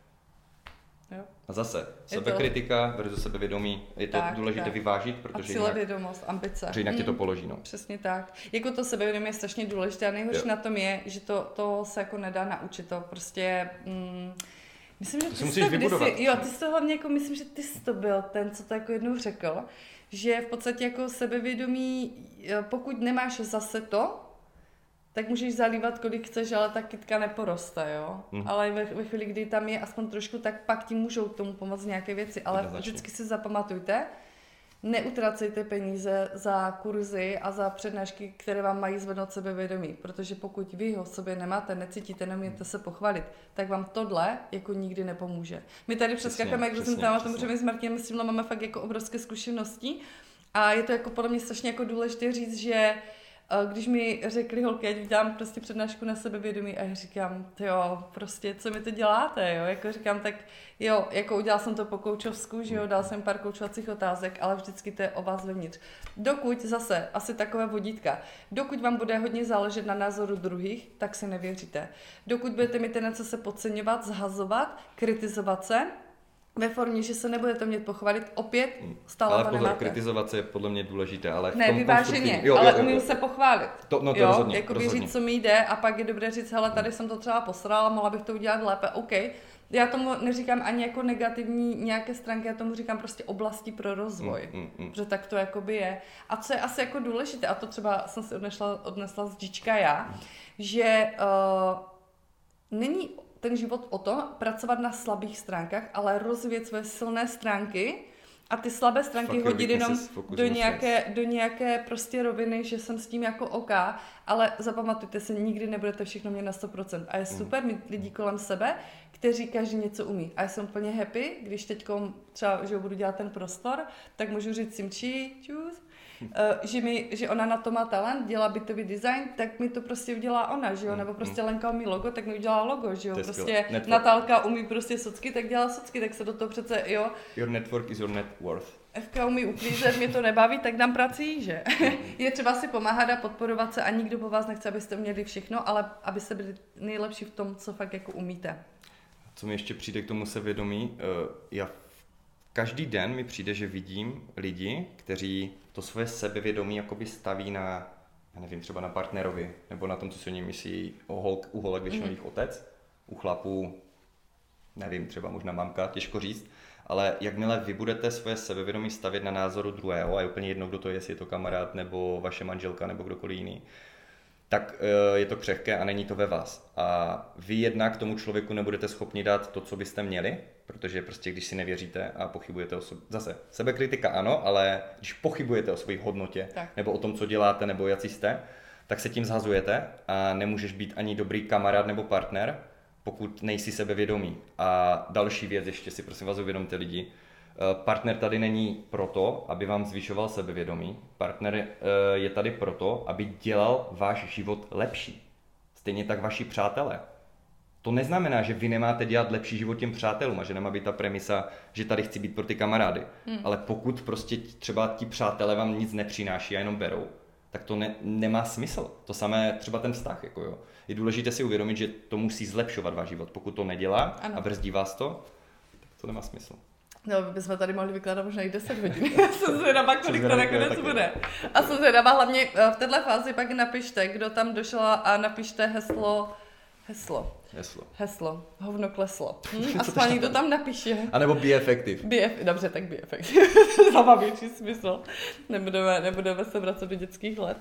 Jo. A zase, sebekritika versus sebevědomí, je to tak, důležité tak. vyvážit, protože a cílevědomost, ambice. Protože jinak hmm. tě to položí. No. Přesně tak. Jako to sebevědomí je strašně důležité a nejhorší jo. na tom je, že to, to se jako nedá naučit. To prostě... Mm, myslím, že to ty si musíš to vybudovat. Kdysi, jo, ty jsi to hlavně jako, myslím, že ty jsi to byl ten, co to jako jednou řekl, že v podstatě jako sebevědomí, pokud nemáš zase to, tak můžeš zalívat, kolik chceš, ale ta kytka neporoste, jo. Hmm. Ale ve, ve chvíli, kdy tam je aspoň trošku, tak pak ti můžou k tomu pomoct nějaké věci. Ale vždycky si zapamatujte, neutracejte peníze za kurzy a za přednášky, které vám mají zvednout sebevědomí, protože pokud vy ho v sobě nemáte, necítíte, neumíte se pochvalit, tak vám tohle jako nikdy nepomůže. My tady přeskakáme, jak jsem tam, tomu, že my s Martinem s tímhle máme fakt jako obrovské zkušenosti a je to jako podle mě strašně jako důležité říct, že když mi řekli holky, ať udělám prostě přednášku na sebevědomí a já říkám, jo, prostě co mi to děláte, jo, jako říkám, tak jo, jako udělal jsem to po koučovsku, že jo, dal jsem pár koučovacích otázek, ale vždycky to je o vás vevnitř. Dokud zase, asi takové vodítka, dokud vám bude hodně záležet na názoru druhých, tak si nevěříte. Dokud budete mít tendenci se podceňovat, zhazovat, kritizovat se, ve formě, že se nebudete mět pochválit, opět stále ale to pozor, nemáte. kritizovat se je podle mě důležité, ale v ne, tom vyváženě, jo, ale jo, jo, umím jo. se pochválit. To, no to jo, rozhodně, jakoby rozhodně. říct, co mi jde a pak je dobré říct, hele, tady jsem to třeba posrala, mohla bych to udělat lépe, OK. Já tomu neříkám ani jako negativní nějaké stránky, já tomu říkám prostě oblasti pro rozvoj, mm, mm, mm. protože tak to jakoby je. A co je asi jako důležité, a to třeba jsem si odnesla, odnesla z Džička já, že uh, není ten život o to pracovat na slabých stránkách, ale rozvíjet své silné stránky a ty slabé stránky Fuck hodit jenom do your nějaké, do nějaké prostě roviny, že jsem s tím jako OK, ale zapamatujte si, nikdy nebudete všechno mít na sto procent. A je super mít lidi kolem sebe, kteří každý něco umí. A já jsem úplně happy, když teď třeba, že budu dělat ten prostor, tak můžu říct Simči, čus, Uh, že, mi, že ona na to má talent, dělá bytový design, tak mi to prostě udělá ona, že jo, nebo prostě Lenka umí logo, tak mi udělá logo, že jo, prostě Natálka umí prostě socky, tak dělá socky, tak se do toho přece, jo. Your network is your net worth. Evka umí uklízet, mě to nebaví, tak dám prací, že? Je třeba si pomáhat a podporovat se a nikdo po vás nechce, abyste uměli všechno, ale abyste byli nejlepší v tom, co fakt jako umíte. Co mi ještě přijde k tomu sebevědomí, uh, já každý den mi přijde, že vidím lidi, kteří to svoje sebevědomí jakoby staví na, já nevím, třeba na partnerovi, nebo na tom, co si oni myslí o holk, u holek většinou jich otec, u chlapů, nevím, třeba možná mamka, těžko říct, ale jakmile vy budete svoje sebevědomí stavět na názoru druhého, a je úplně jedno, kdo to je, jestli je to kamarád, nebo vaše manželka, nebo kdokoliv jiný, tak je to křehké a není to ve vás. A vy jednak tomu člověku nebudete schopni dát to, co byste měli, protože prostě když si nevěříte a pochybujete o sobě, zase sebekritika ano, ale když pochybujete o své hodnotě, tak. nebo o tom, co děláte, nebo jaký jste, tak se tím zhazujete a nemůžeš být ani dobrý kamarád nebo partner, pokud nejsi sebevědomý. A další věc, ještě si prosím vás uvědomte lidi, partner tady není proto, aby vám zvyšoval sebevědomí. Partner je tady proto, aby dělal váš život lepší. Stejně tak vaši přátelé. To neznamená, že vy nemáte dělat lepší život těm přátelům a že nemá být ta premisa, že tady chci být pro ty kamarády. Hmm. Ale pokud prostě třeba ti přátelé vám nic nepřináší a jenom berou, tak to ne, nemá smysl. To samé třeba ten vztah. Jako jo. Je důležité si uvědomit, že to musí zlepšovat váš život. Pokud to nedělá ano. a brzdí vás to, tak to nemá smysl. No, bychom tady mohli vykládat možná i deset hodin. Já jsem zvědavá, kolik to nakonec bude. A jsem zvědavá, hlavně v této fázi pak napište, kdo tam došel a napište heslo, heslo. Heslo. Heslo. Hovno kleslo. Hm? A schválně někdo tam napíše. A nebo be effective. Be eff- Dobře, tak be effective. Dává větší smysl. Nebudeme, nebudeme se vracet do dětských let.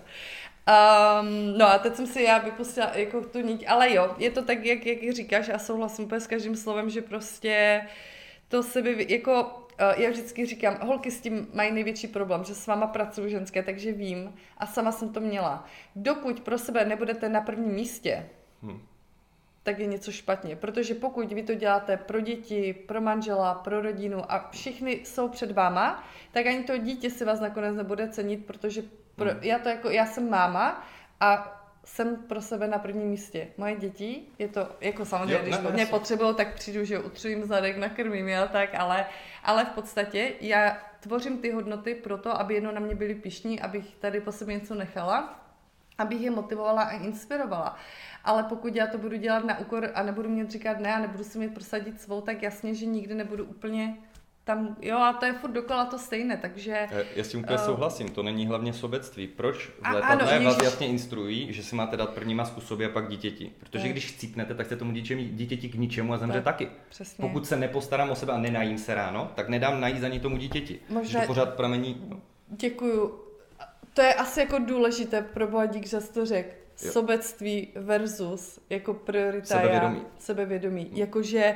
Um, no a teď jsem si já vypustila jako tu niť, ale jo, je to tak, jak, jak říkáš, a souhlasím úplně s každým slovem, že prostě to sebe, jako já vždycky říkám, holky s tím mají největší problém, že s váma pracuji ženské, takže vím a sama jsem to měla. Dokud pro sebe nebudete na prvním místě, hmm. tak je něco špatně, protože pokud vy to děláte pro děti, pro manžela, pro rodinu a všichni jsou před váma, tak ani to dítě si vás nakonec nebude cenit, protože pro, hmm. já to jako, já jsem máma a jsem pro sebe na prvním místě. Moje děti, je to jako samozřejmě, jo, když mě potřebují, tak přijdu, že utřím zadek, nakrmím je a tak, ale, ale v podstatě já tvořím ty hodnoty proto, aby jednou na mě byli pyšní, abych tady po sobě něco nechala, abych je motivovala a inspirovala. Ale pokud já to budu dělat na úkor a nebudu mě říkat ne a nebudu si mě prosadit svou, tak jasně, že nikdy nebudu úplně tam, jo, a to je furt dokola to stejné, takže... Já s tím úplně uh, souhlasím, to není hlavně sobectví. Proč v letadle vás jasně instruují, že si máte dát první masku sobě a pak dítěti? Protože tak. když chcípnete, tak jste tomu dítěti, dítěti k ničemu a zemře tak, taky. Přesně. Pokud se nepostarám o sebe a nenajím se ráno, tak nedám najít za ní tomu dítěti. Možná... Že to pořád pramení... No. Děkuju. To je asi jako důležité, pro boha dík, že jsi to řekl. Sobectví versus jako priorita sebevědomí. Já, sebevědomí. Hmm. Jakože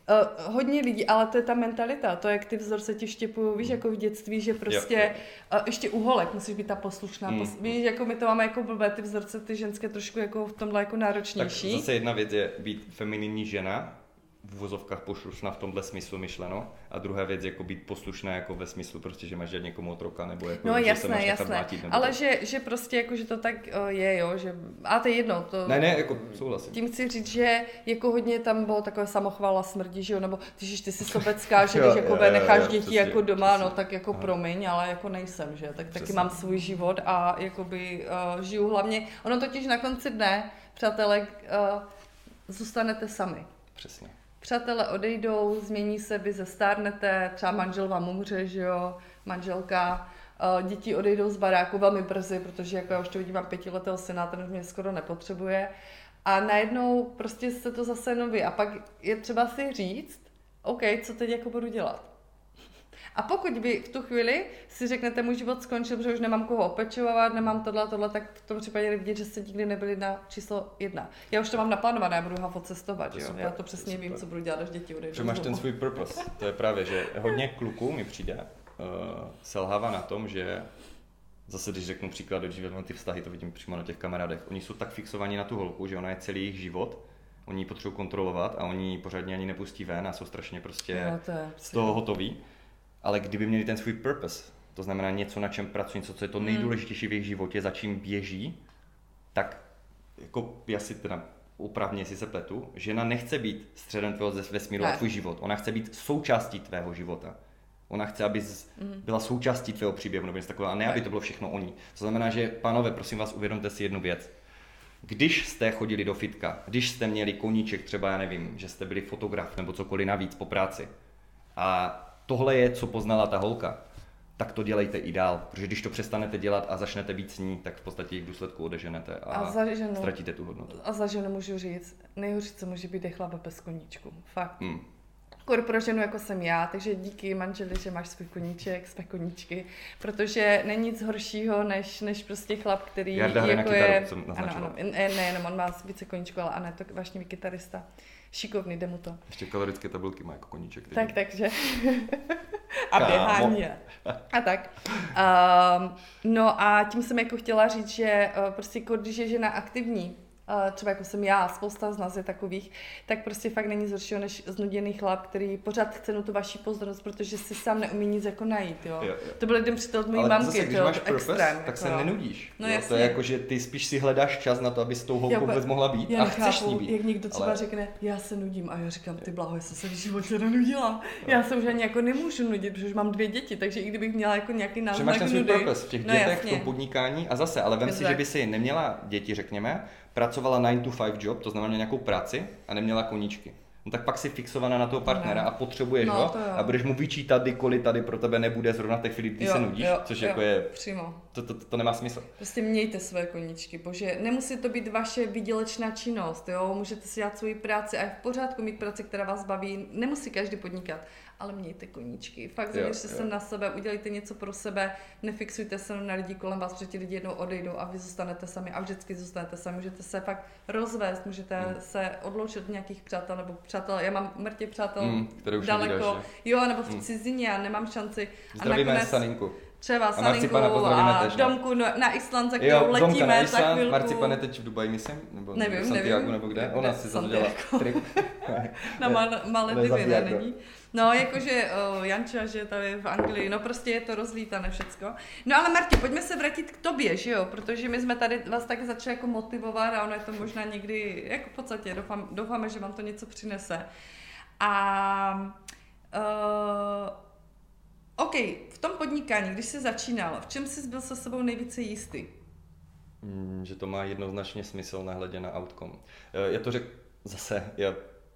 Uh, hodně lidí, ale to je ta mentalita, to jak ty vzorce ti štěpují, víš, jako v dětství, že prostě, jo, jo. Uh, ještě u holek musíš být ta poslušná, mm. pos, víš, jako my to máme jako blbé, ty vzorce, ty ženské trošku jako v tomhle jako náročnější. Tak zase jedna věc je být femininní žena, v uvozovkách poslušná v tomhle smyslu myšleno, a druhá věc je jako být poslušná jako ve smyslu prostě, že máš dělat někomu otroka, nebo jako, no, že jasné, se máš nechat jasné. mlátit, nebo ale tak. že, že prostě jako, že to tak uh, je, jo, že, a to je jedno, to... Ne, ne, jako souhlasím. Tím chci říct, že jako hodně tam bylo takové samochvála smrti, že jo, nebo ty, ty jsi sobecká, že když jako necháš děti přesně, jako doma, přesně. No tak jako aha. Promiň, ale jako nejsem, že, tak přesně. Taky mám svůj život a jakoby uh, žiju hlavně, ono totiž na konci dne, přátelé, uh, zůstanete sami. Přesně. Přátelé odejdou, změní se, vy zestárnete, třeba manžel vám umře, že jo, manželka, uh, děti odejdou z baráku velmi brzy, protože jako já už to vidím, mám pětiletého syna, ten mě skoro nepotřebuje. A najednou prostě se to zase nový. A pak je třeba si říct, OK, co teď jako budu dělat. A pokud vy v tu chvíli si řeknete, můj život skončil, protože už nemám koho opečovat, nemám tohle, tohle, tak v tom případě vidět, že jste nikdy nebyli na číslo jedna. Já už to mám naplánované, já budu hafo cestovat, jo? Já to přesně to vím, co budu dělat, až děti odejdou. Že máš ten svůj purpose. To je právě, že hodně kluků mi přijde, uh, selhává na tom, že zase, když řeknu příklad, když vezmu ty vztahy, to vidím přímo na těch kamarádech, oni jsou tak fixovaní na tu holku, že ona je celý jejich život, oni ji potřebují kontrolovat a oni ji pořádně ani nepustí ven a jsou strašně prostě no, to je, z toho hotoví. Ale kdyby měli ten svůj purpose, to znamená něco, na čem pracují, něco, co je to nejdůležitější v jejich životě, za čím běží, tak jako já si teda opravně, jestli se pletu, žena nechce být středem tvého vesmíru a tvůj život. Ona chce být součástí tvého života. Ona chce, aby byla součástí tvého příběhu nebo něco takového, a ne, aby to bylo všechno o ní. To znamená, že pánové, prosím vás, uvědomte si jednu věc. Když jste chodili do fitka, když jste měli koníček, třeba já nevím, že jste byli fotograf nebo cokoliv navíc po práci, a tohle je, co poznala ta holka, tak to dělejte i dál, protože když to přestanete dělat a začnete být s ní, tak v podstatě jich v důsledku odeženete a, a ženu, ztratíte tu hodnotu. A za ženu můžu říct, nejhorší, co může být, je chlapa bez koníčku. Fakt. Hmm. Kor pro ženu, jako jsem já, takže díky manželi, že máš svůj koníček, své koníčky, protože není nic horšího, než, než prostě chlap, který Jarda jako kytaru, je... Jsem ano, ano, ne, nejenom, on má více koníčku, ale ano, je to vášnivý kytarista. Šikovný, jde mu to. Ještě kalorické tabulky má jako koníček. Tak, takže. A běhání. A tak. Um, no a tím jsem jako chtěla říct, že uh, prostě když je žena aktivní, uh, třeba jako jsem já, spousta z nás je takových, tak prostě fakt není zhoršího než znuděný chlap, který pořád chce tu vaši pozornost, protože si sám neumí nic jako najít, jo. jo, jo. To byl jeden přítel od mojí mamky, zase, když jo, máš purpose, extrém. tak jako, se nenudíš. No, jo, to je jako, že ty spíš si hledáš čas na to, aby s tou holkou vůbec mohla být a chceš s ní být. Jak někdo třeba ale... řekne, já se nudím, a já říkám, ty blaho, já jsem se v životě nenudila. Já se už ani jako nemůžu nudit, protože už mám dvě děti, takže i kdybych měla jako nějaký náznak nudy. Že máš ten svůj purpose v těch no, dětech, jasně. v tom podnikání a zase, ale vem si, že by si neměla děti, řekněme, pracovala nine to five job, to znamená nějakou práci a neměla koníčky. No tak pak si fixovaná na toho partnera no. a potřebuješ no, ho a budeš mu vyčítat, kdykoliv tady pro tebe nebude zrovna v té chvíli, kdy se nudíš, jo, což jo, jako je, přímo. To, to, to, to nemá smysl. Prostě mějte své koníčky, bože, nemusí to být vaše výdělečná činnost, jo, můžete si dělat svoji práci a je v pořádku mít práci, která vás baví, nemusí každý podnikat, ale mějte koníčky, fakt zaměřte se na sebe, udělejte něco pro sebe, nefixujte se na lidi kolem vás, protože ti lidi jednou odejdou a vy zůstanete sami a vždycky zůstanete sami, můžete se fakt rozvést, můžete hmm. se odloučit od nějakých přátel nebo přátel, já mám mrtě přátel hmm, daleko, nevídáš, jo, nebo v hmm. cizině, já nemám šanci. Zdravíme a nakonec, Saninku. Třeba Saninku a, a domku no, na Island, za kterou letíme na Island, za chvilku. Marcipane teď v Dubaji, myslím? Nebo nevím, v Santiagu, nevím. nebo kde? Ona si zadělala trip. Na Maledivy, ne, není? No, jakože uh, Janča, že tady v Anglii, no prostě je to rozlítané všecko. No ale Marti, pojďme se vrátit k tobě, že jo, protože my jsme tady vás tak začali jako motivovat a ono je to možná někdy, jako v podstatě doufám, doufáme, že vám to něco přinese. A uh, OK, v tom podnikání, když jsi začínal, v čem jsi byl se sebou nejvíce jistý? Mm, že to má jednoznačně smysl nehledě na outcome. Já to řekl zase, já,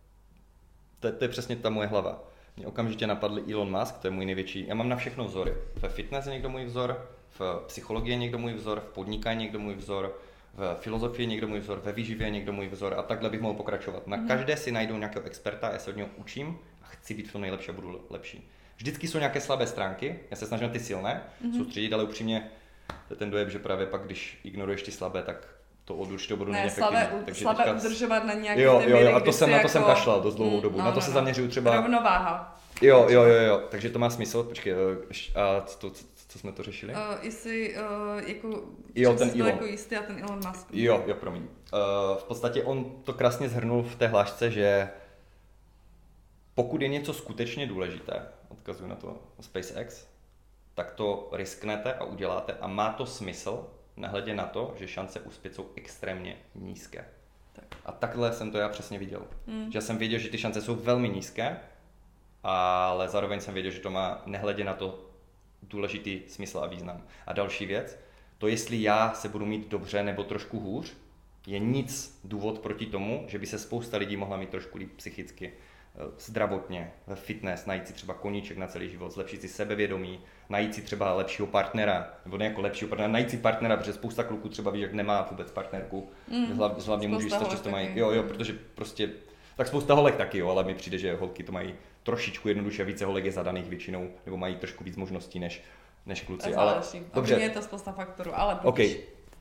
to, to je přesně ta moje hlava. Mě okamžitě napadl Elon Musk, to je můj největší, já mám na všechno vzory. Ve fitness je někdo můj vzor, v psychologii je někdo můj vzor, v podnikání je někdo můj vzor, v filozofii je někdo můj vzor, ve výživě je někdo můj vzor a takhle bych mohl pokračovat. Na každé si najdu nějakého experta, já se od něho učím a chci být v tom nejlepší a budu lepší. Vždycky jsou nějaké slabé stránky, já se snažím na ty silné mm-hmm. soustředit, ale upřímně to je ten dojem, že právě pak, když ignoruješ ty slabé, tak to od určitého bodu ne, není slabe, efektivní. Takže slabe teďka... udržovat na nějaký jo, ten jo, jo, míry, a to jsem, na to jako... jsem kašlal dost dlouhou dobu, no, na to no, se no. zaměřuju třeba... Rovnováha. Jo, jo, jo, jo, takže to má smysl, počkej, a to, co, co jsme to řešili? Uh, jestli uh, jako, jo, ten Elon. jako jistý a ten Elon Musk. Jo, jo, promiň. Uh, v podstatě on to krásně shrnul v té hlášce, že pokud je něco skutečně důležité, odkazuju na to SpaceX, tak to risknete a uděláte a má to smysl, nehledě na to, že šance uspět jsou extrémně nízké. Tak. A takhle jsem to já přesně viděl. Hmm. Že jsem věděl, že ty šance jsou velmi nízké, ale zároveň jsem věděl, že to má nehledě na to důležitý smysl a význam. A další věc, to jestli já se budu mít dobře nebo trošku hůř, je nic důvod proti tomu, že by se spousta lidí mohla mít trošku líp psychicky, zdravotně, fitness, najít si třeba koníček na celý život, zlepšit si sebevědomí, najít si třeba lepšího partnera, nebo ne jako lepšího partnera, najít si partnera, protože spousta kluků třeba ví, jak nemá vůbec partnerku, mm, Hlav, hlavně muži to často mají, jo, jo, protože prostě, tak spousta holek taky, jo, ale mi přijde, že holky to mají trošičku jednoduše, více holek je zadaných většinou, nebo mají trošku víc možností než, než kluci, ale dobře. Je to spousta faktorů, ale budíš. Okay.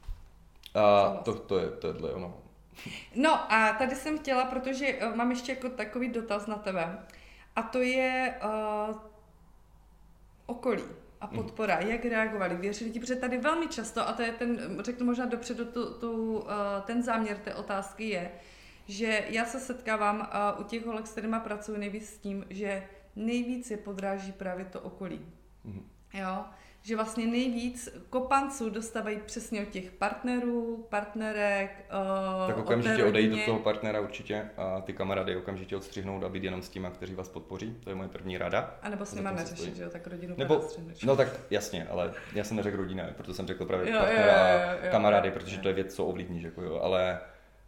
A to, to je tohle, ono. No a tady jsem chtěla, protože uh, mám ještě jako takový dotaz na tebe. A to je uh, okolí a podpora. Mm. Jak reagovali? Věřili ti? Protože tady velmi často, a to je ten, řeknu možná dopředu, tu, tu, uh, ten záměr té otázky je, že já se setkávám uh, u těch holek, s kterýma pracuji nejvíc s tím, že nejvíc je podráží právě to okolí. Mm. Jo? Že vlastně nejvíc kopanců dostávají přesně od těch partnerů, partnerek, uh, tak okamžitě odejít od toho partnera určitě a ty kamarády okamžitě odstřihnout a být jenom s těma, kteří vás podpoří. To je moje první rada. A nebo s nima neřešit, že jo, tak rodinu nebo, střihneš. No tak jasně, ale já jsem neřekl rodina, proto jsem řekl právě jo, partnera jo, jo, jo, a kamarády, jo, protože jo. to je věc, co ovlivníš, jako jo, ale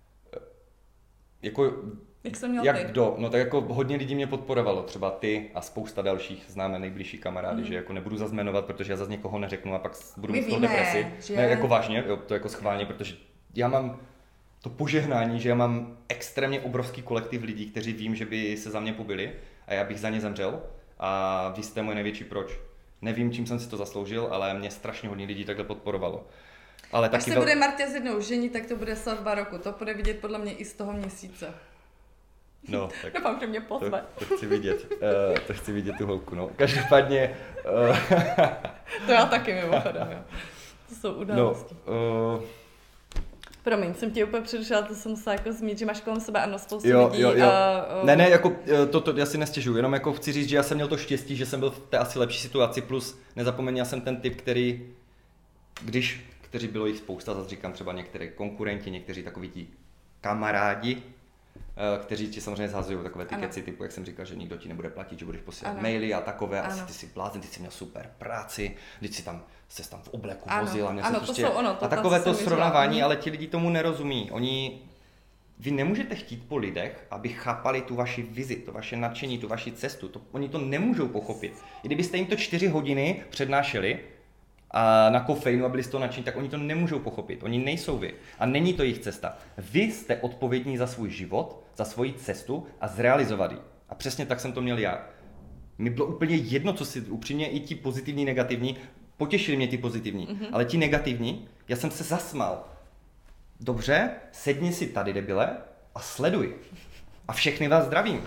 jako jak jsem měl jak ty? kdo? No tak jako hodně lidí mě podporovalo, třeba ty a spousta dalších známe nejbližší kamarády, mm. že jako nebudu zase jmenovat, protože já zase někoho neřeknu a pak budu mít z toho depresi. Že... Ne, jako vážně, jo, to jako schválně, protože já mám to požehnání, že já mám extrémně obrovský kolektiv lidí, kteří vím, že by se za mě pobili a já bych za ně zemřel a vy jste moje největší proč. Nevím, čím jsem si to zasloužil, ale mě strašně hodně lidí takhle podporovalo. Ale až se vel... bude Marta s jednou ženit, tak to bude svatba roku. To bude vidět podle mě i z toho měsíce. No, tak doufám, že mě pozve. To, to chci vidět, uh, to chci vidět tu holku, no. Každopádně... Uh... to já taky mimochodem, jo. To jsou události. No, uh... Promiň, jsem ti úplně přerušila, to jsem se jako zmínit, že máš kolem sebe ano spoustu jo, lidí. Jo, jo. A, uh... Ne, ne, jako to, to já si nestěžuju, jenom jako chci říct, že já jsem měl to štěstí, že jsem byl v té asi lepší situaci, plus nezapomeň, já jsem ten typ, který, když, kteří bylo jich spousta, zase říkám třeba některé konkurenti, někteří takoví ti kamarádi, kteří ti samozřejmě zhazují takové ty keci typu, jak jsem říkal, že nikdo ti nebude platit, že budeš posílat ano. maily a takové, ano. a ty jsi blázen, ty jsi měl super práci, teď si tam, jsi tam v obleku ano. vozil a měl ano, se prostě... To ono, to a takové to srovnávání, říkala. Ale ti lidi tomu nerozumí. Oni, vy nemůžete chtít po lidech, aby chápali tu vaši vizi, to vaše nadšení, tu vaši cestu, to, oni to nemůžou pochopit. I kdybyste jim to čtyři hodiny přednášeli, a na kofeinu a byli z toho nadšení, tak oni to nemůžou pochopit. Oni nejsou vy. A není to jejich cesta. Vy jste odpovědní za svůj život, za svoji cestu a zrealizovat ji. A přesně tak jsem to měl já. Mi bylo úplně jedno, co si upřímně i ti pozitivní, negativní, potěšili mě ty pozitivní, mm-hmm. ale ti negativní, já jsem se zasmál. Dobře, sedni si tady, debile, a sleduj. A všechny vás zdravím.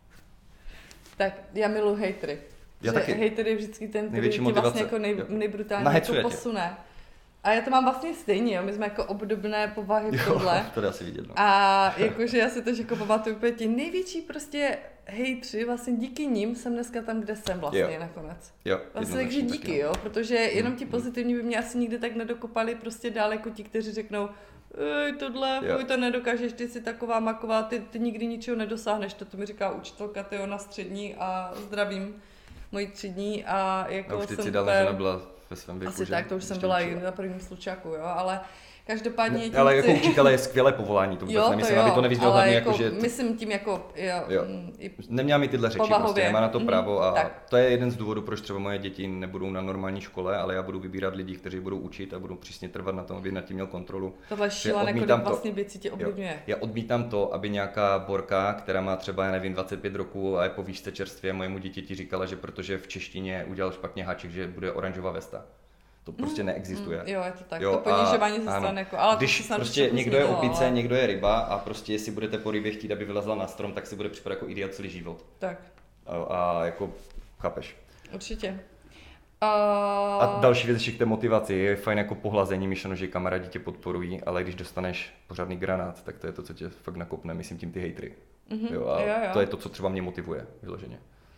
Tak já miluji hejtry. Já že taky. Hejter je vždycky ten, který tě vlastně jako nej, nejbrutálně jako posune. A já to mám vlastně stejně, jo. My jsme jako obdobné povahy v tohle. To dá si vidět, no. A jakože já si to jako pamatuju úplně ti největší prostě hejtři, vlastně díky nim jsem dneska tam, kde jsem vlastně jo. nakonec. Jo, vlastně takže díky, taky, jo, protože jenom ti pozitivní by mě asi nikdy tak nedokopali prostě dál jako ti, kteří řeknou ej, tohle, fuj, to nedokážeš, ty jsi taková maková, ty, ty nikdy ničeho nedosáhneš, to, to mi říká učitelka tyjo, na střední a zdravím. Mojí třídní a jako no, jsem... si dala, že nebyla ve svém věku, asi že? tak, to už jsem byla i na prvním slučáku, jo, ale každopádně... Ne, ale chci... jako učitel je skvělé povolání, to vůbec jo, nemyslím, to aby to nevyznělo hlavně jako, jako, že... myslím tím jako... Jo, jo. I neměla mi tyhle řeči povahově. prostě, nemá na to právo a tak. To je jeden z důvodů, proč třeba moje děti nebudou na normální škole, ale já budu vybírat lidi, kteří budou učit a budou přísně trvat na tom, aby nad tím měl kontrolu. Tohle šílené, kolik vlastně věcí tě ovlivňuje. Já odmítám to, aby nějaká borka, která má třeba, já nevím, dvacet pět roků a je po výšce čerstvě, mojemu dítěti říkala, že protože v češtině udělal špatně háček, že bude oranžová vesta. To prostě neexistuje. Mm, jo, je to tak, jo, to ponižování ze strany, jako, ale když to prostě někdo je opice, ale... ale... někdo je ryba a prostě jestli budete po rybě chtít, aby vylezla na strom, tak si bude připadat jako idiot celý život. Tak. A, a jako, chápeš. Určitě. Uh... A další věc ještě k té motivaci, je fajn jako pohlazení, myšleno, že kamarádi tě podporují, ale když dostaneš pořádný granát, tak to je to, co tě fakt nakopne, myslím tím ty hejtry. Mm-hmm. Jo, a jo, jo. To je to, co třeba mě motivuje vyloženě.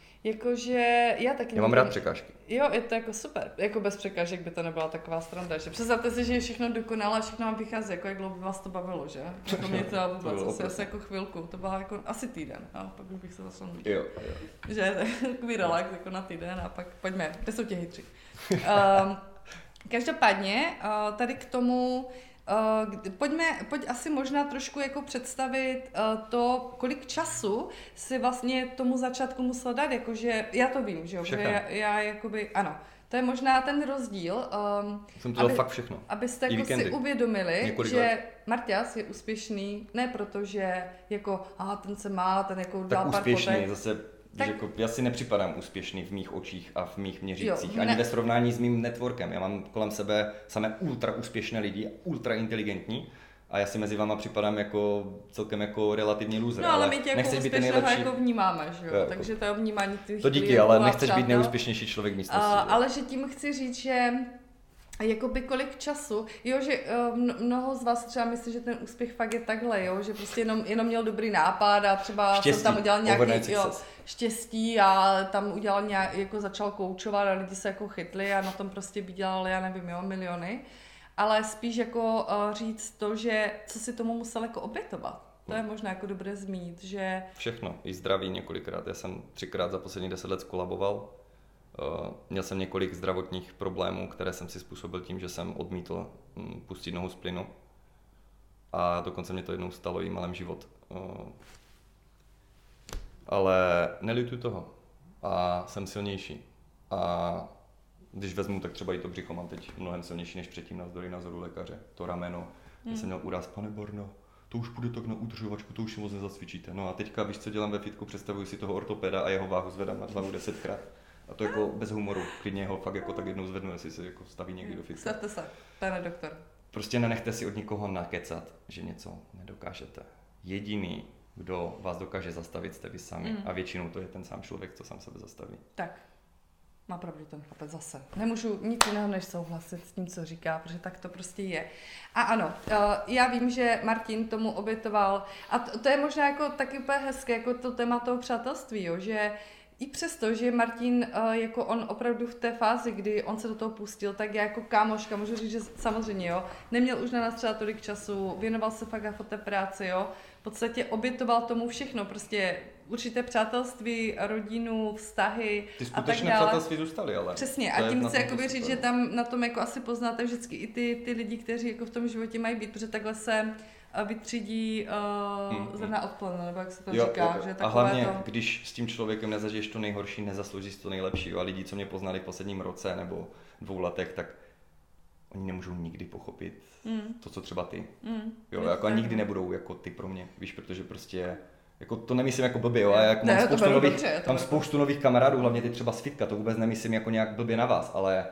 Jakože já taky... Já mám rád překážky. Jo, je to jako super. Jako bez překážek by to nebyla taková stranda, že představte si, že je všechno dokonalé a všechno vám vychází, jako jak dlouho by vás to bavilo, že? Jako mě to vůbec, to asi, asi jako chvilku, to byla jako asi týden, a pak bych se zase nudil. Jo, jo. Že takový relax jako na týden a pak pojďme, kde jsou tě hejtři. um, každopádně, uh, tady k tomu Uh, pojďme, pojď asi možná trošku jako představit uh, to, kolik času si vlastně tomu začátku musel dát, jakože já to vím, že jo, že já, já jakoby, ano, to je možná ten rozdíl, um, jsem to aby, fakt všechno. Abyste jako si uvědomili, Několik že let. Marťas je úspěšný, ne protože jako, aha, ten se má, ten jako dál pár úspěšný, potek. zase tak... jako, já si nepřipadám úspěšný v mých očích a v mých měřících, jo, ani ne... ve srovnání s mým networkem. Já mám kolem sebe samé ultra úspěšné lidi, ultra inteligentní a já si mezi váma připadám jako celkem jako relativní loser. No ale my tě jako úspěšného jako vnímáme, že jo, jo takže to je vnímání těch to díky, ale nechceš být neúspěšnější člověk místo. Uh, ale že tím chci říct, že jakoby kolik času, jo, že mnoho z vás třeba myslí, že ten úspěch fakt je takhle, jo, že prostě jenom, jenom měl dobrý nápad a třeba štěstí, jsem tam udělal nějaký, jo, štěstí a tam udělal nějak, jako začal koučovat a lidi se jako chytli a na tom prostě vydělali, já nevím, jo, miliony, ale spíš jako uh, říct to, že co si tomu musel jako obětovat. To je možná jako dobré zmínit, že... Všechno, i zdraví několikrát, já jsem třikrát za poslední deset let skolaboval. Uh, měl jsem několik zdravotních problémů, které jsem si způsobil tím, že jsem odmítl um, pustit nohu z plynu. A dokonce mě to jednou stalo i malém život. Uh, ale nelituju toho. A jsem silnější. A když vezmu, tak třeba i to břicho mám teď mnohem silnější než předtím navzdory názoru lékaře. To rameno. Hmm. Já jsem měl úraz, pane Borno, to už bude tak na udržovačku, to už si moc nezacvičíte. No a teďka, víš, co dělám ve fitku, představuji si toho ortopeda a jeho váhu zvedám na hlavu desetkrát. A to jako bez humoru, klidně ho fakt jako tak jednou zvednu, jestli se jako staví někdy do fitka. Stavte se, pane doktor. Prostě nenechte si od nikoho nakecat, že něco nedokážete. Jediný, kdo vás dokáže zastavit, jste vy sami. Mm. A většinou to je ten sám člověk, co sám sebe zastaví. Tak, má pravdu ten chlapec zase. Nemůžu nic jiného než souhlasit s tím, co říká, protože tak to prostě je. A ano, já vím, že Martin tomu obětoval, a to, to je možná jako taky úplně hezké, jako to téma toho přátelství, jo, že i přesto, že Martin, jako on opravdu v té fázi, kdy on se do toho pustil, tak já jako kámoška, můžu říct, že samozřejmě, jo, neměl už na nás třeba tolik času, věnoval se fakt jako té práci, jo, v podstatě obětoval tomu všechno, prostě určité přátelství, rodinu, vztahy ty a tak dále. Ty skutečné přátelství zůstaly, ale... Přesně, a tím chci jakoby říct, že tam na tom jako asi poznáte vždycky i ty, ty lidi, kteří jako v tom životě mají být, protože takhle se vytřídí uh, mm, zrna od plena, nebo jak se to jo, říká. Jo, že a hlavně, to... když s tím člověkem nezažiješ to nejhorší, nezasloužíš to nejlepší. A lidi, co mě poznali v posledním roce nebo dvou letech, tak oni nemůžou nikdy pochopit mm. to, co třeba ty. Mm, jo, jako a nikdy nebudou jako ty pro mě, víš, protože prostě jako to nemyslím jako blbě, jo, a jako ne, mám, spoustu nových, dobře, mám spoustu nových kamarádů, hlavně ty třeba z fitka, to vůbec nemyslím jako nějak blbě na vás, ale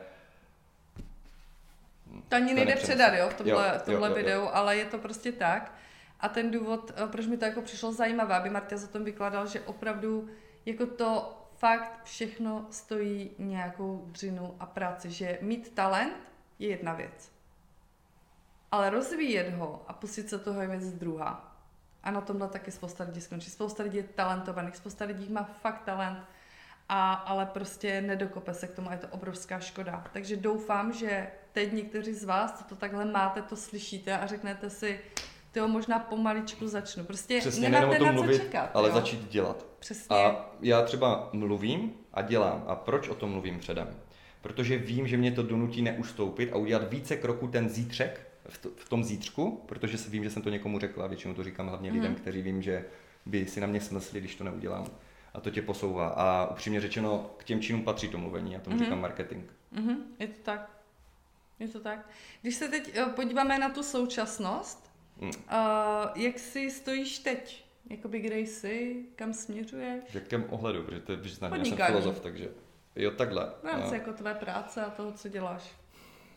to ani nejde předat, jo, v tomhle, jo, tomhle jo, jo, videu, jo. Ale je to prostě tak. A ten důvod, proč mi to jako přišlo zajímavé, aby Marta o tom vykládal, že opravdu jako to fakt všechno stojí nějakou dřinu a práci, že mít talent je jedna věc. Ale rozvíjet ho a pustit se toho je věc druhá. A na tomhle taky spousta lidí skončí. Spousta lidí je talentovaných, spousta lidí má fakt talent, a, ale prostě nedokope se k tomu a je to obrovská škoda. Takže doufám, že teď někteří z vás, co to takhle máte, to slyšíte a řeknete si, tyjo, možná pomaličku začnu. Prostě přesně, nemáte nejenom o tom na mluvit, co čekat, ale jo? začít dělat. Přesně. A já třeba mluvím a dělám. A proč o tom mluvím předem? Protože vím, že mě to donutí neustoupit a udělat více kroků ten zítřek v, to, v tom zítřku, protože se vím, že jsem to někomu řekl a většinou to říkám hlavně lidem, mm. kteří vím, že by si na mě smysli, když to neudělám. A to tě posouvá. A upřímně řečeno, k těm činům patří to mluvení, já tomu mm-hmm. říkám marketing. Mm-hmm. Je to tak. Je to tak. Když se teď podíváme na tu současnost, mm. uh, jak si stojíš teď? Jakoby kde jsi, kam směřuješ? V jakém ohledu, protože to je vyznání, já jsem filozof, takže jo takhle. No, uh. jako tvé práce a toho, co děláš.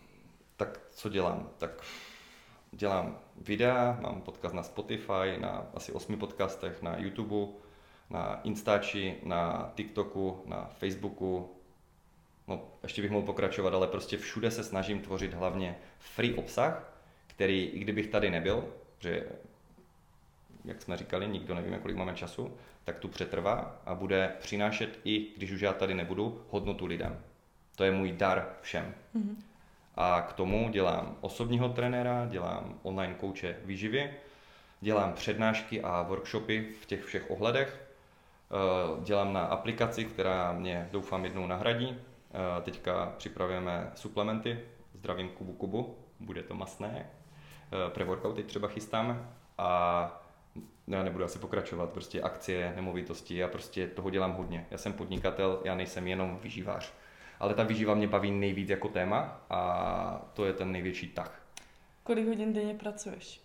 tak co dělám? Tak dělám videa, mám podcast na Spotify, na asi osmi podcastech, na YouTube, na Instači, na TikToku, na Facebooku. No, ještě bych mohl pokračovat, ale prostě všude se snažím tvořit hlavně free obsah, který, i kdybych tady nebyl, že jak jsme říkali, nikdo nevíme, kolik máme času, tak tu přetrvá a bude přinášet i, když už já tady nebudu, hodnotu lidem. To je můj dar všem. Mm-hmm. A k tomu dělám osobního trenéra, dělám online kouče výživy, dělám přednášky a workshopy v těch všech ohledech. Dělám na aplikaci, která mě doufám jednou nahradí. Teďka připravujeme suplementy, zdravím Kubu Kubu, bude to masné. Pre-workout teď třeba chystáme a já nebudu asi pokračovat, prostě akcie, nemovitosti, já prostě toho dělám hodně. Já jsem podnikatel, já nejsem jenom výživář. Ale ta výživa mě baví nejvíc jako téma a to je ten největší tah. Kolik hodin denně pracuješ?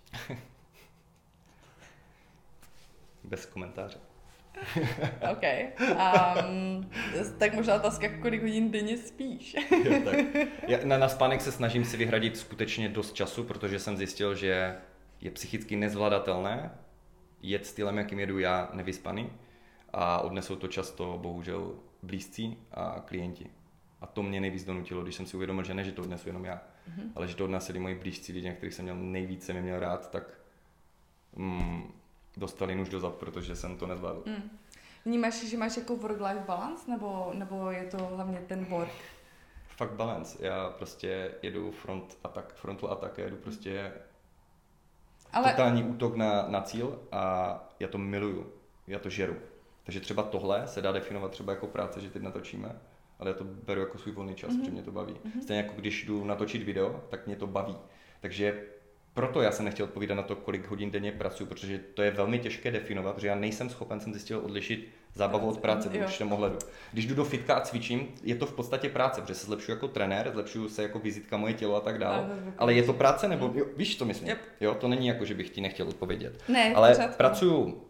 Bez komentáře. OK. Um, tak možná otázka, kolik hodin denně spíš? Jo, tak. Já na, na spánek se snažím si vyhradit skutečně dost času, protože jsem zjistil, že je psychicky nezvladatelné jet stylem, jakým jedu já, nevyspaný a odnesou to často bohužel blízcí a klienti. A to mě nejvíc donutilo, když jsem si uvědomil, že ne, že to odnesu jenom já, mm-hmm. ale že to odnesli moji blízcí lidi, na kterých jsem měl nejvíce mě měl rád, tak mm, dostali nůž do zad, protože jsem to nezvládl. Mm. Vnímáš, že máš jako work-life balance, nebo, nebo je to hlavně ten work? Fakt balance. Já prostě jedu front attack, frontal attack, jedu prostě ale... totální útok na, na cíl a já to miluju, já to žeru. Takže třeba tohle se dá definovat třeba jako práce, že teď natočíme, ale já to beru jako svůj volný čas, mm-hmm. protože mě to baví. Mm-hmm. Stejně jako když jdu natočit video, tak mě to baví. Takže proto já jsem nechtěl odpovídat na to, kolik hodin denně pracuji, protože to je velmi těžké definovat, protože já nejsem schopen, jsem zjistil, odlišit zábavu od práce v určitém ohledu. Když jdu do fitka a cvičím, je to v podstatě práce, protože se zlepšuju jako trenér, zlepšuju se jako vizitka moje tělo a tak dále. Ale je to práce nebo jo, víš, co myslím? Yep. Jo, to není jako, že bych ti nechtěl odpovědět. Ne, ale pořádku. Pracuju. Uh,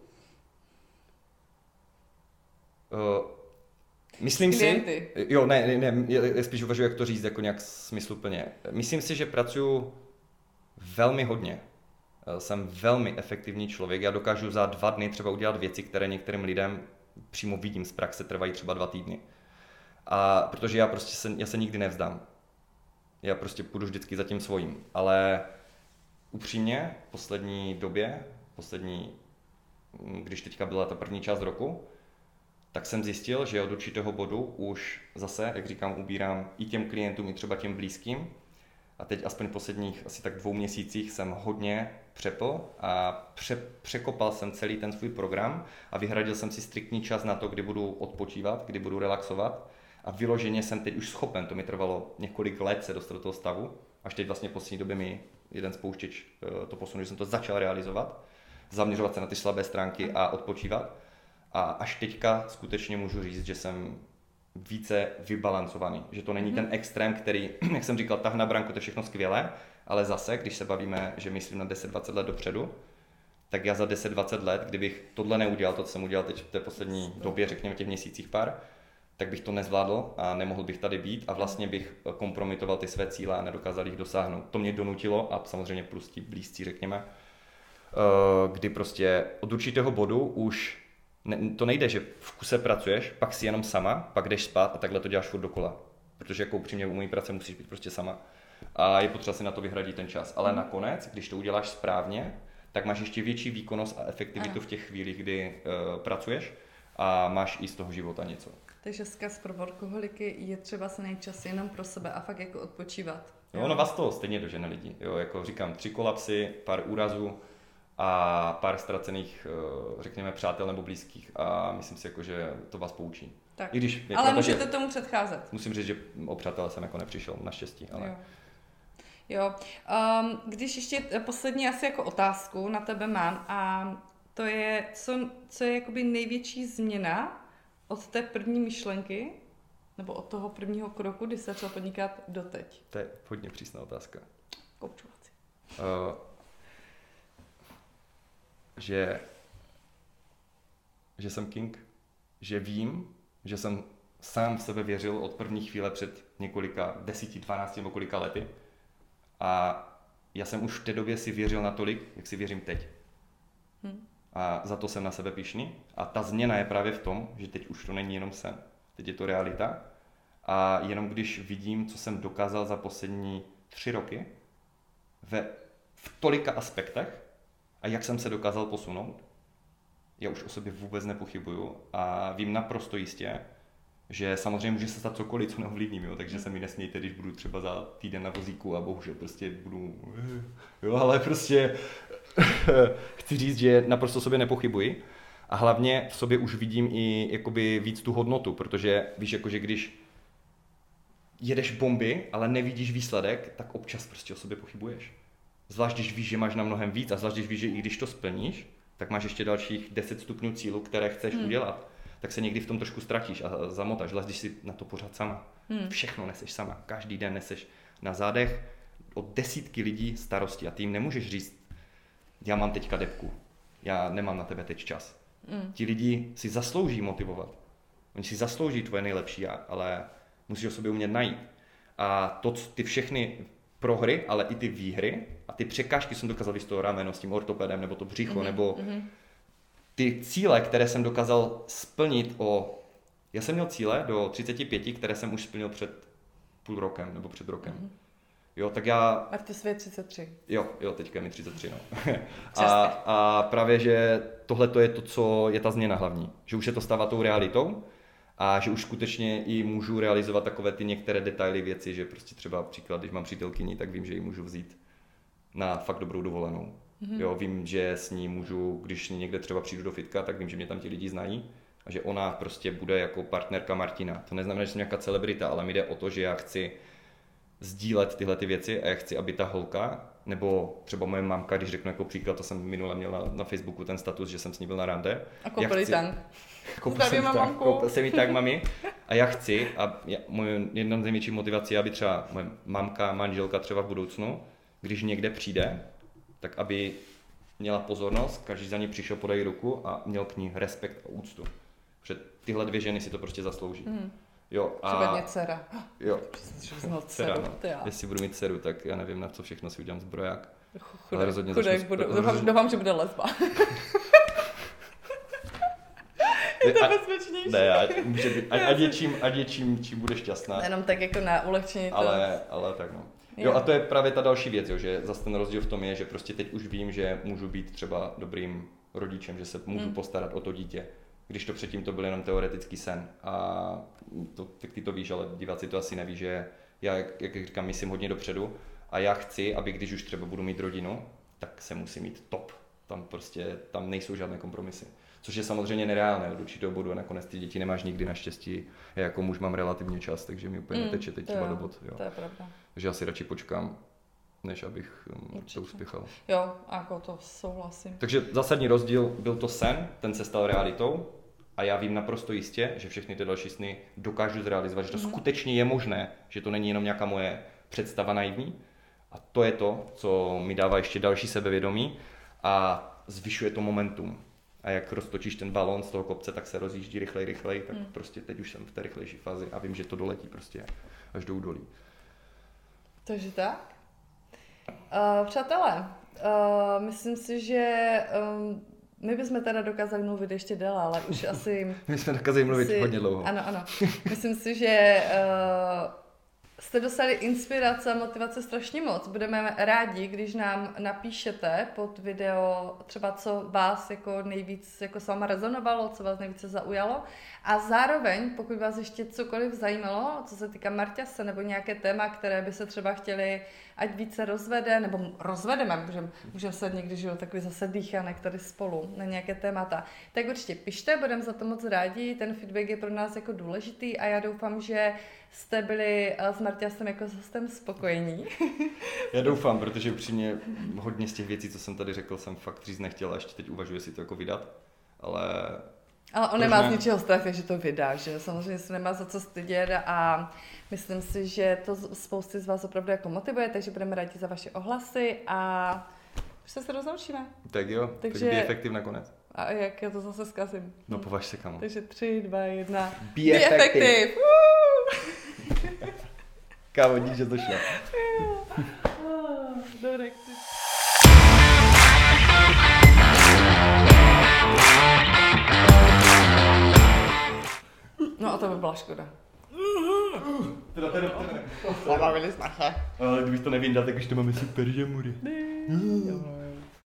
myslím si, jo, ne, ne, ne, je spíš uvažuji, jak to říct, jako nějak smysluplně. Myslím si, že pracuju velmi hodně. Jsem velmi efektivní člověk. Já dokážu za dva dny třeba udělat věci, které některým lidem přímo vidím z praxe, trvají třeba dva týdny. A protože já prostě se, já se nikdy nevzdám. Já prostě půjdu vždycky za tím svojím. Ale upřímně, v poslední době, poslední, když teďka byla ta první část roku, tak jsem zjistil, že od určitého bodu už zase, jak říkám, ubírám i těm klientům, i třeba těm blízkým. A teď aspoň v posledních asi tak dvou měsících jsem hodně přepl a pře- překopal jsem celý ten svůj program a vyhradil jsem si striktní čas na to, kdy budu odpočívat, kdy budu relaxovat a vyloženě jsem teď už schopen, to mi trvalo několik let se dostat do toho stavu, až teď vlastně v poslední době mi jeden spouštěč to posunul, že jsem to začal realizovat, zaměřovat se na ty slabé stránky a odpočívat a až teďka skutečně můžu říct, že jsem více vybalancovaný, že to není mm. ten extrém, který, jak jsem říkal, tah na branku, to je všechno skvělé, ale zase, když se bavíme, že myslím na deset dvacet let dopředu, tak já za deset dvacet let, kdybych tohle neudělal, to, co jsem udělal teď v té poslední době, řekněme těch měsících pár, tak bych to nezvládl a nemohl bych tady být a vlastně bych kompromitoval ty své cíle a nedokázal jich dosáhnout. To mě donutilo a samozřejmě plus ti blízcí, řekněme, kdy prostě od určitého bodu už Ne, to nejde, že v kuse pracuješ, pak si jenom sama, pak jdeš spát a takhle to děláš furt dokola. Protože jako upřímně u mojí práce musíš být prostě sama. A je potřeba si na to vyhradit ten čas. Ale nakonec, když to uděláš správně, tak máš ještě větší výkonnost a efektivitu v těch chvílích, kdy uh, pracuješ a máš i z toho života něco. Takže vzkaz pro workoholiky je třeba se najít čas jenom pro sebe a fakt jako odpočívat. Jo, jo no vás to stejně dožene lidi. Jo, jako říkám, tři kolapsy, pár úrazů a pár ztracených, řekněme, přátel nebo blízkých a myslím si, jako, že to vás poučí. Tak. I když, ale pravda, můžete tomu předcházet. Musím říct, že o přátelé jsem jako nepřišel, naštěstí. Ale... Jo. Jo. Um, když ještě poslední asi jako otázku na tebe mám a to je, co, co je jakoby největší změna od té první myšlenky nebo od toho prvního kroku, kdy se začal podnikat doteď? To je hodně přísná otázka. Koučovací. Uh, že, že jsem king, že vím, že jsem sám v sebe věřil od první chvíle před několika deseti, dvanácti nebo kolika lety A já jsem už v té době si věřil natolik, jak si věřím teď. Hmm. A za to jsem na sebe pyšný. A ta změna je právě v tom, že teď už to není jenom sen. Teď je to realita. A jenom když vidím, co jsem dokázal za poslední tři roky ve, v tolika aspektech a jak jsem se dokázal posunout, já už o sobě vůbec nepochybuju a vím naprosto jistě, že samozřejmě může se stát cokoliv, co neovlivním, jo, takže se mi nesmějte, když budu třeba za týden na vozíku a bohužel prostě budu, jo, ale prostě chci říct, že naprosto sobě nepochybuji a hlavně v sobě už vidím i jakoby víc tu hodnotu, protože víš, jakože když jedeš bomby, ale nevidíš výsledek, tak občas prostě o sobě pochybuješ. Zvlášť když víš, že máš na mnohem víc a zvlášť když víš, že i když to splníš, tak máš ještě dalších deset stupňů cílu, které chceš hmm. udělat. Tak se někdy v tom trošku ztratíš a zamotáš, zvlášť když jsi na to pořád sama. Hmm. Všechno neseš sama, každý den neseš na zádech od desítky lidí starosti a ty jim nemůžeš říct, já mám teďka depku, já nemám na tebe teď čas. Hmm. Ti lidi si zaslouží motivovat. Oni si zaslouží tvoje nejlepší, ale musíš o sobě umět najít. A to, ty všechny prohry, ale i ty výhry a ty překážky jsem dokázal víc toho rameno s tím ortopedem, nebo to břicho, mm-hmm. nebo mm-hmm. ty cíle, které jsem dokázal splnit o... Já jsem měl cíle do třicet pět, které jsem už splnil před půl rokem, nebo před rokem. Mm-hmm. Jo, tak já... A to svět třicet tři. Jo, jo, teďka je mi třicet tři, no. a, a právě, že tohle je to, co je ta změna hlavní. Že už se to stává tou realitou. A že už skutečně i můžu realizovat takové ty některé detaily věci, že prostě třeba příklad, když mám přítelkyni, tak vím, že ji můžu vzít na fakt dobrou dovolenou. Mm-hmm. Jo, vím, že s ní můžu, když někde třeba přijdu do fitka, tak vím, že mě tam ti lidi znají a že ona prostě bude jako partnerka Martina. To neznamená, že jsem nějaká celebrita, ale mi jde o to, že já chci sdílet tyhle ty věci a já chci, aby ta holka, nebo třeba moje mamka, když řeknu jako příklad, to jsem minule měl na, na Facebooku ten status, že jsem s ní byl na rande. A koupili tank. Koupil jsem tank, koupil jsem jí tak, mami. A já chci, a já, moje jedna z největších motivací, aby třeba moje mamka, manželka třeba v budoucnu, když někde přijde, tak aby měla pozornost, každý za ní přišel, podají ruku a měl k ní respekt a úctu. Protože tyhle dvě ženy si to prostě zaslouží. Mm. Jo, a... Třeba mě dcera. Jo, dcera, no. Jestli budu mít dceru, tak já nevím, na co všechno si udělám zbroják. Chudek, ale rozhodně chudek, začnu... budu, doufám, doufám, že bude lesba. Je to bezpečnější. Ne, ať, ať, je čím, ať je čím, čím bude šťastná. Jenom tak jako na ulehčení to. Ale, ale tak no. Jo. jo, a to je právě ta další věc, jo, že zase ten rozdíl v tom je, že prostě teď už vím, že můžu být třeba dobrým rodičem, že se můžu hmm. postarat o to dítě. Když to předtím to byl jenom teoretický sen. A to, tak ty to víš, ale diváci to asi neví, že já, jak, jak říkám, myslím hodně dopředu a já chci, aby když už třeba budu mít rodinu, tak se musí mít top. Tam prostě, tam nejsou žádné kompromisy. Což je samozřejmě nereálné od určitého bodu a nakonec ty děti nemáš nikdy naštěstí. Já jako muž mám relativně čas, takže mi úplně mm, neteče teď třeba do bod. Jo. To je pravda. Takže já si radši počkám, než abych Určitě. to uspěchal. Jo, jako to souhlasím. Takže zásadní rozdíl byl to sen, ten se stal realitou a já vím naprosto jistě, že všechny ty další sny dokážu zrealizovat, že to mm. skutečně je možné, že to není jenom nějaká moje představa naivní. A to je to, co mi dává ještě další sebevědomí a zvyšuje to momentum. A jak roztočíš ten balón z toho kopce, tak se rozjíždí rychleji, rychleji, tak hmm. prostě teď už jsem v té rychlejší fázi a vím, že to doletí prostě až do údolí. Takže tak. Uh, přátelé, uh, myslím si, že um, my bychom teda dokázali mluvit ještě déle, ale už asi... my jsme dokázali mluvit si, hodně dlouho. Ano, ano. Myslím si, že uh, jste dostali inspirace a motivace strašně moc. Budeme rádi, když nám napíšete pod video třeba, co vás jako nejvíc jako s váma rezonovalo, co vás nejvíce zaujalo. A zároveň, pokud vás ještě cokoliv zajímalo, co se týká Marťase, nebo nějaké téma, které by se třeba chtěli, ať více rozvede, nebo rozvedeme, můžeme můžem se někdy, že jo, takový zase dýchanek tady spolu na nějaké témata, tak určitě pište, budeme za to moc rádi, ten feedback je pro nás jako důležitý a já doufám, že jste byli s Marťasem jako s hostem spokojení. Já doufám, protože upřímně hodně z těch věcí, co jsem tady řekl, jsem fakt říct nechtěl a ještě teď uvažuji, si to jako vydat, ale... Ale on nemá z ničeho strach, takže to vydá, že samozřejmě se nemá za co stydět a myslím si, že to spousty z vás opravdu jako motivuje, takže budeme rádi za vaše ohlasy a už se se rozloučíme. Tak jo, takže be efektiv nakonec. A jak já to zase zkazím? No považ se, kamo. Takže tři, dva, jedna. Be, be efektiv! Kámo, díš, že to šlo. nechci. No a to by byla škoda. Teda, teda, teda. Zabavili jsme se. Ale kdybych to nevěděl, tak už to máme super žamury.